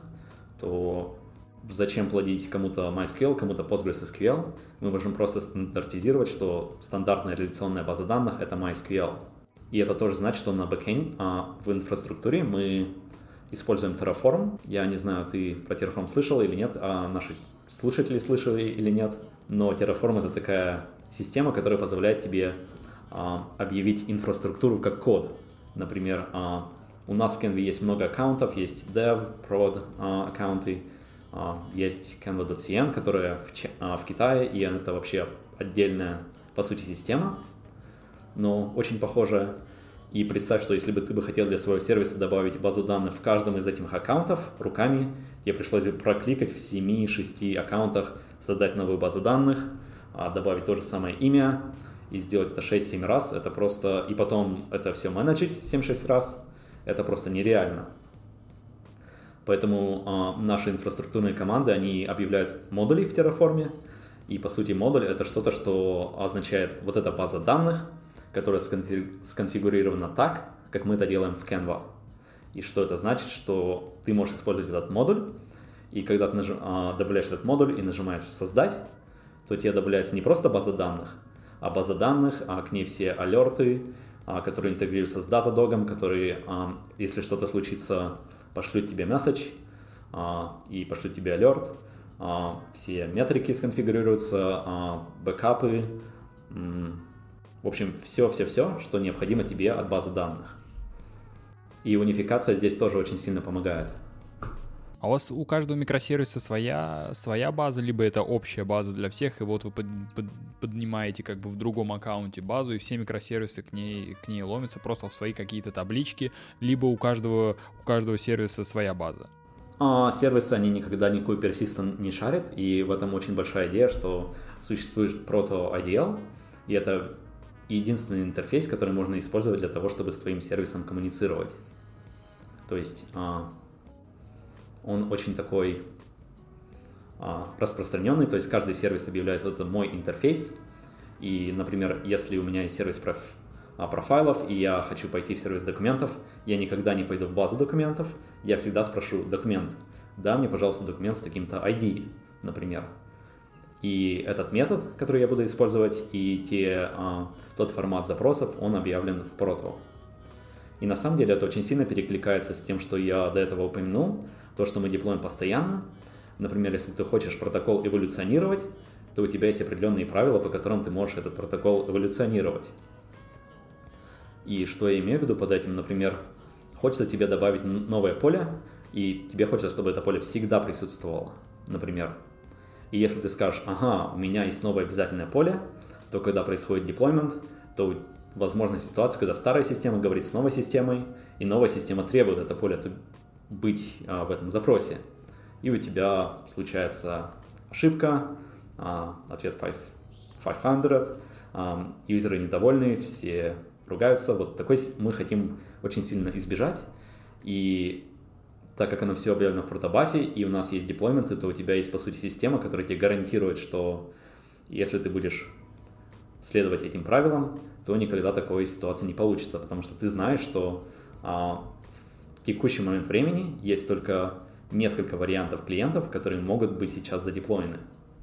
то зачем плодить кому-то MySQL, кому-то PostgreSQL? Мы можем просто стандартизировать, что стандартная реляционная база данных — это MySQL. И это тоже значит, что на бэкэнд, а в инфраструктуре мы используем Terraform. Я не знаю, ты про Terraform слышал или нет, а наши слушатели слышали или нет, но Terraform — это такая система, которая позволяет тебе а, объявить инфраструктуру как код. Например, а, у нас в Canva есть много аккаунтов, есть dev, prod а, аккаунты, а, есть canva.cn, которая в, а, в Китае, и это вообще отдельная, по сути, система, но очень похожая. И представь, что если бы ты бы хотел для своего сервиса добавить базу данных в каждом из этих аккаунтов руками, тебе пришлось бы прокликать в семи-шести аккаунтах, создать новую базу данных, добавить то же самое имя и сделать это шесть-семь раз. Это просто... И потом это все менеджить семь-шесть раз. Это просто нереально. Поэтому э, наши инфраструктурные команды, они объявляют модули в Terraform. И по сути модуль — это что-то, что означает вот эта база данных, которая сконфигурирована так, как мы это делаем в Canva. И что это значит? Что ты можешь использовать этот модуль, и когда ты нажим, а, добавляешь этот модуль и нажимаешь «Создать», то тебе добавляется не просто база данных, а база данных, а к ней все алерты, а, которые интегрируются с Datadog, которые, а, если что-то случится, пошлют тебе месседж а, и пошлют тебе алерт. А, все метрики сконфигурируются, а, бэкапы, м- в общем, все-все-все, что необходимо тебе от базы данных. И унификация здесь тоже очень сильно помогает. А у вас у каждого микросервиса своя, своя база, либо это общая база для всех, и вот вы под, под, поднимаете как бы в другом аккаунте базу, и все микросервисы к ней, к ней ломятся просто в свои какие-то таблички, либо у каждого, у каждого сервиса своя база? А, сервисы, они никогда никакой persistent не шарят, и в этом очень большая идея, что существует прото-ай ди эл, и это единственный интерфейс, который можно использовать для того, чтобы с твоим сервисом коммуницировать. То есть а, он очень такой а, распространенный, то есть каждый сервис объявляет, вот это мой интерфейс, и, например, если у меня есть сервис проф, а, профайлов, и я хочу пойти в сервис документов, я никогда не пойду в базу документов, я всегда спрошу документ, дай мне, пожалуйста, документ с таким-то ай ди, например. И этот метод, который я буду использовать, и те, а, тот формат запросов, он объявлен в прото. И на самом деле это очень сильно перекликается с тем, что я до этого упомянул, то, что мы деплоим постоянно. Например, если ты хочешь протокол эволюционировать, то у тебя есть определенные правила, по которым ты можешь этот протокол эволюционировать. И что я имею в виду под этим? Например, хочется тебе добавить новое поле, и тебе хочется, чтобы это поле всегда присутствовало, например. И если ты скажешь, ага, у меня есть новое обязательное поле, то когда происходит деплоймент, то возможна ситуация, когда старая система говорит с новой системой, и новая система требует это поле быть а, в этом запросе. И у тебя случается ошибка, а, ответ пятьсот, а, юзеры недовольны, все ругаются. Вот такой мы хотим очень сильно избежать. И так как оно все объявлено в протобафе, и у нас есть деплойменты, то у тебя есть, по сути, система, которая тебе гарантирует, что если ты будешь следовать этим правилам, то никогда такой ситуации не получится, потому что ты знаешь, что а, в текущий момент времени есть только несколько вариантов клиентов, которые могут быть сейчас задеплоены.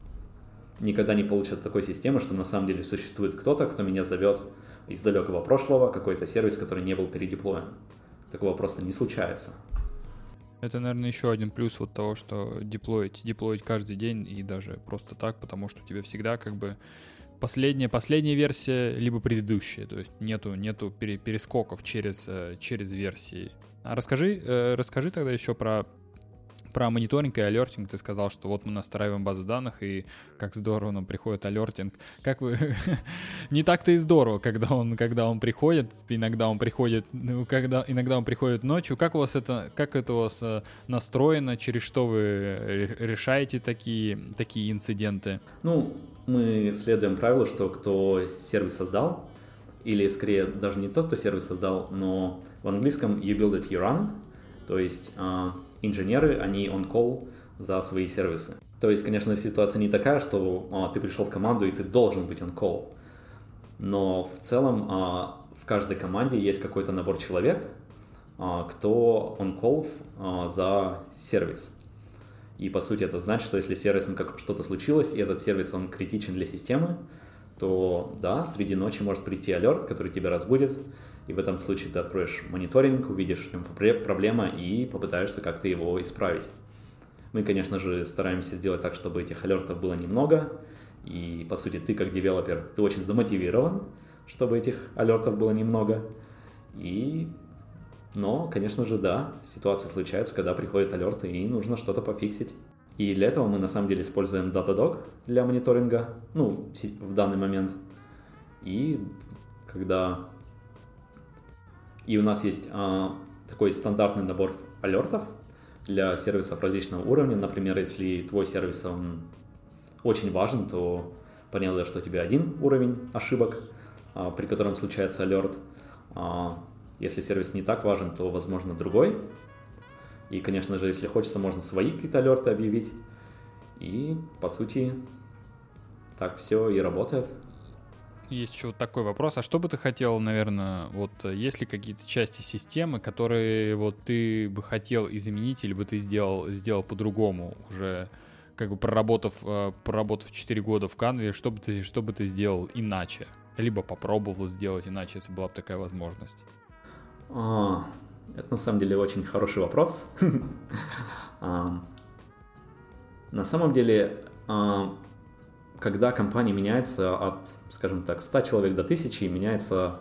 Никогда не получится такой системы, что на самом деле существует кто-то, кто меня зовет из далекого прошлого, какой-то сервис, который не был передеплоен. Такого просто не случается. Это, наверное, еще один плюс вот того, что деплоить, деплоить каждый день и даже просто так, потому что у тебя всегда как бы последняя, последняя версия, либо предыдущая, то есть нету, нету перескоков через, через версии. А расскажи, расскажи тогда еще про, про мониторинг и алертинг. Ты сказал, что вот мы настраиваем базу данных, и как здорово нам приходит алертинг. Как вы... Не так-то и здорово, когда он, когда он приходит, иногда он приходит, ну, когда, иногда он приходит ночью. Как у вас это, как это у вас настроено, через что вы решаете такие, такие инциденты? Ну, мы следуем правилу, что кто сервис создал, или скорее даже не тот, кто сервис создал, но в английском you build it, you run it, то есть э, инженеры, они on-call за свои сервисы. То есть, конечно, ситуация не такая, что э, ты пришел в команду и ты должен быть on-call, но в целом э, в каждой команде есть какой-то набор человек, э, кто on-call э, за сервис. И, по сути, это значит, что если с сервисом как что-то случилось, и этот сервис, он критичен для системы, то, да, среди ночи может прийти алерт, который тебя разбудит, и в этом случае ты откроешь мониторинг, увидишь, в чем проблема, и попытаешься как-то его исправить. Мы, конечно же, стараемся сделать так, чтобы этих алертов было немного, и, по сути, ты, как девелопер, ты очень замотивирован, чтобы этих алертов было немного, и... Но, конечно же, да, ситуации случаются, когда приходят алерты, и нужно что-то пофиксить. И для этого мы на самом деле используем Datadog для мониторинга, ну, в данный момент. И когда... И у нас есть а, такой стандартный набор алертов для сервисов различного уровня. Например, если твой сервис он очень важен, то понятно, что у тебя один уровень ошибок, а, при котором случается алерт. А, если сервис не так важен, то, возможно, другой. И, конечно же, если хочется, можно свои какие-то алерты объявить. И, по сути, так все и работает. Есть еще вот такой вопрос. А что бы ты хотел, наверное, вот есть ли какие-то части системы, которые вот ты бы хотел изменить или бы ты сделал, сделал по-другому, уже как бы проработав, проработав четыре года в Canva, что бы ты, что бы ты сделал иначе? Либо попробовал сделать иначе, если была бы такая возможность. А, это на самом деле очень хороший вопрос. На самом деле, когда компания меняется от, скажем так, ста человек до тысячи, меняется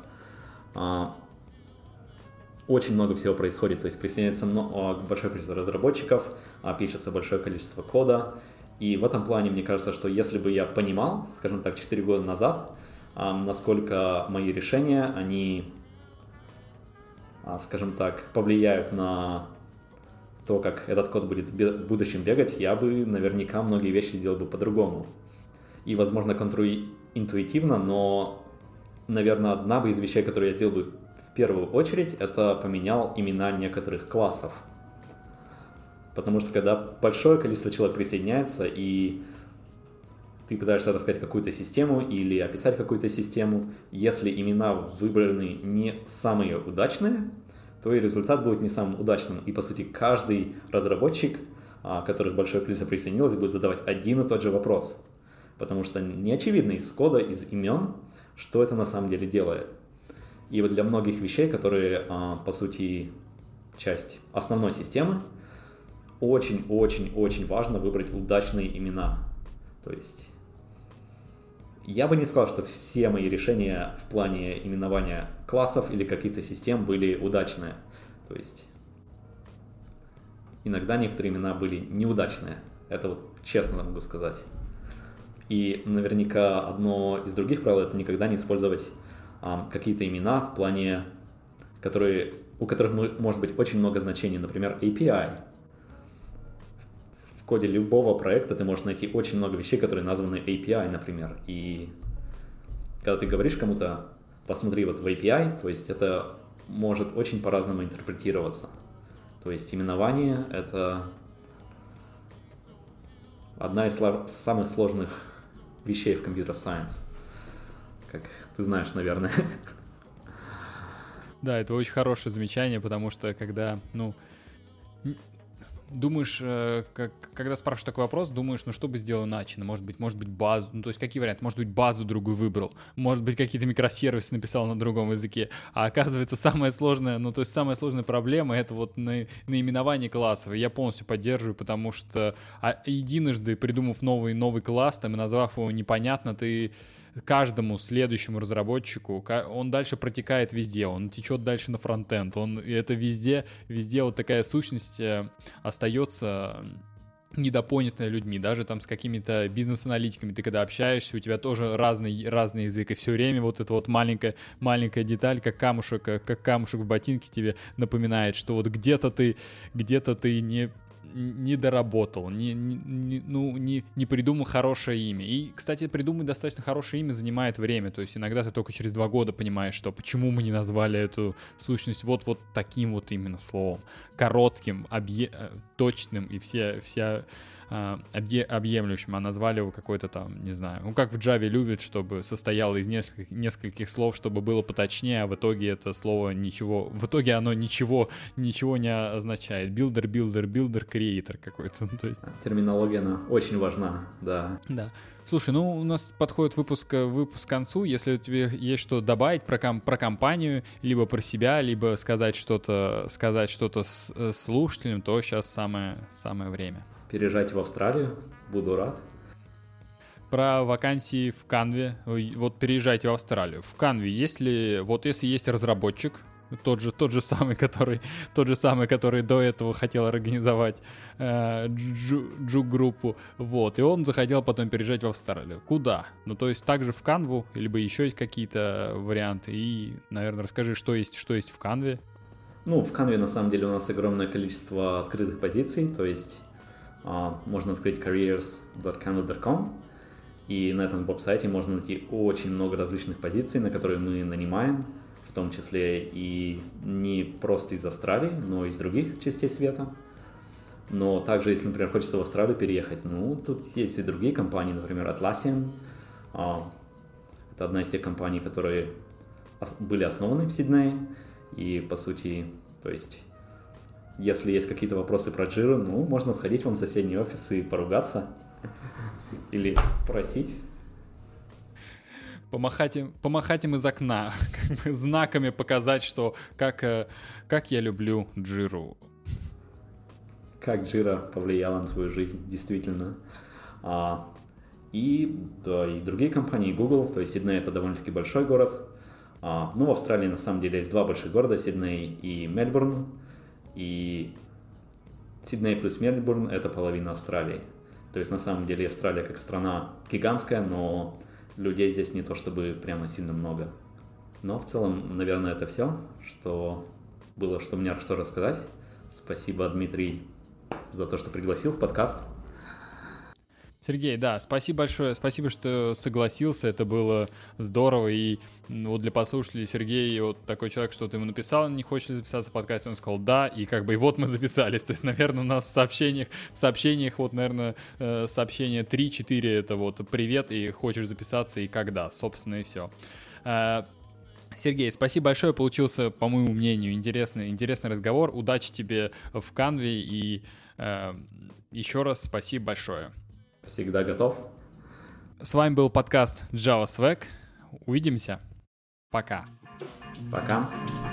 очень много всего происходит. То есть присоединяется большое количество разработчиков, пишется большое количество кода. И в этом плане мне кажется, что если бы я понимал, скажем так, четыре года назад, насколько мои решения, они, скажем так, повлияют на то, как этот код будет в будущем бегать, я бы наверняка многие вещи сделал бы по-другому. И, возможно, контринтуитивно, но, наверное, одна бы из вещей, которые я сделал бы в первую очередь, это поменял имена некоторых классов. Потому что когда большое количество человек присоединяется, и ты пытаешься рассказать какую-то систему или описать какую-то систему, если имена выбраны не самые удачные, то и результат будет не самым удачным. И, по сути, каждый разработчик, которых большое количество присоединилось, будет задавать один и тот же вопрос. Потому что не очевидно из кода, из имен, что это на самом деле делает. И вот для многих вещей, которые, по сути, часть основной системы, очень-очень-очень важно выбрать удачные имена. То есть я бы не сказал, что все мои решения в плане именования классов или каких-то систем были удачные. То есть иногда некоторые имена были неудачные. Это вот честно могу сказать. И наверняка одно из других правил — это никогда не использовать а, какие-то имена в плане, которые, у которых может быть очень много значений. Например, эй пи ай. В коде любого проекта ты можешь найти очень много вещей, которые названы эй пи ай, например. И когда ты говоришь кому-то, посмотри вот в эй пи ай, то есть это может очень по-разному интерпретироваться. То есть именование — это одна из самых сложных вещей в Computer Science, как ты знаешь, наверное. Да, это очень хорошее замечание, потому что когда, ну, думаешь, как, когда спрашиваешь такой вопрос, думаешь, ну что бы сделал иначе? Ну, может быть, может быть, базу, ну то есть какие варианты? Может быть, базу другую выбрал, может быть, какие-то микросервисы написал на другом языке, а оказывается, самая сложная, ну то есть самая сложная проблема — это вот на, наименование классов. Я полностью поддерживаю, потому что а, единожды придумав новый, новый класс, там, и назвав его непонятно, ты каждому следующему разработчику, он дальше протекает везде, он течет дальше на фронтенд, он, и это везде, везде вот такая сущность остается недопонятая людьми, даже там с какими-то бизнес-аналитиками, ты когда общаешься, у тебя тоже разный, разный язык, и все время вот эта вот маленькая, маленькая деталь, как камушек, как камушек в ботинке тебе напоминает, что вот где-то ты, где-то ты не... не доработал, не, не, не, ну, не, не придумал хорошее имя. И, кстати, придумать достаточно хорошее имя занимает время. То есть иногда ты только через два года понимаешь, что почему мы не назвали эту сущность вот, вот таким вот именно словом. Коротким, объе... точным и все, вся объе... объемлющим, а назвали его какой-то там, не знаю, ну как в Java любят, чтобы состояло из нескольких, нескольких слов, чтобы было поточнее, а в итоге это слово ничего, в итоге оно ничего, ничего не означает. Билдер, билдер, билдер, креатор какой-то. То есть... Терминология, она очень важна, да. Да. Слушай, ну у нас подходит выпуск, выпуск к концу. Если у тебя есть что добавить про, ком- про компанию, либо про себя, либо сказать что-то, сказать что-то с, с слушателям, то сейчас самое, самое время. Переезжайте в Австралию, буду рад. Про вакансии в Canva. Вот переезжайте в Австралию. В Canva, если вот если есть разработчик, тот же, тот же самый, который, тот же самый, который до этого хотел организовать э, джук-группу, вот, и он захотел потом переезжать в Австралию. Куда? Ну, то есть также в Canva, либо еще есть какие-то варианты, и, наверное, расскажи, что есть, что есть в Canva. Ну, в Canva, на самом деле, у нас огромное количество открытых позиций, то есть Uh, можно открыть careers точка canva точка com, и на этом веб-сайте можно найти очень много различных позиций, на которые мы нанимаем, в том числе и не просто из Австралии, но и из других частей света. Но также, если, например, хочется в Австралию переехать, ну, тут есть и другие компании, например, Atlassian. Uh, это одна из тех компаний, которые ос- были основаны в Сиднее, и, по сути, то есть... Если есть какие-то вопросы про Jira, ну, можно сходить вон в соседний офис и поругаться. Или спросить. Помахать им, помахать им из окна, как бы знаками показать, что как, как я люблю Jira. Как Jira повлияла на твою жизнь, действительно. А, и, да, и другие компании, Google, то есть Сидней — это довольно-таки большой город. А, ну, в Австралии на самом деле есть два больших города, Сидней и Мельбурн. И Сидней плюс Мельбурн — это половина Австралии. То есть на самом деле Австралия как страна гигантская, но людей здесь не то чтобы прямо сильно много. Но в целом, наверное, это все, что было, что мне что рассказать. Спасибо, Дмитрий, за то, что пригласил в подкаст. Сергей, да, спасибо большое, спасибо, что согласился, это было здорово, и вот для послушателей Сергей вот такой человек, что-то ему написал, не хочет записаться в подкасте, он сказал да, и как бы и вот мы записались, то есть, наверное, у нас в сообщениях, в сообщениях вот, наверное, сообщение три-четыре это вот привет, и хочешь записаться, и когда, собственно, и все. Сергей, спасибо большое, получился, по моему мнению, интересный, интересный разговор, удачи тебе в Canva, и э, еще раз спасибо большое. Всегда готов. С вами был подкаст JavaSwag. Увидимся. Пока. Пока.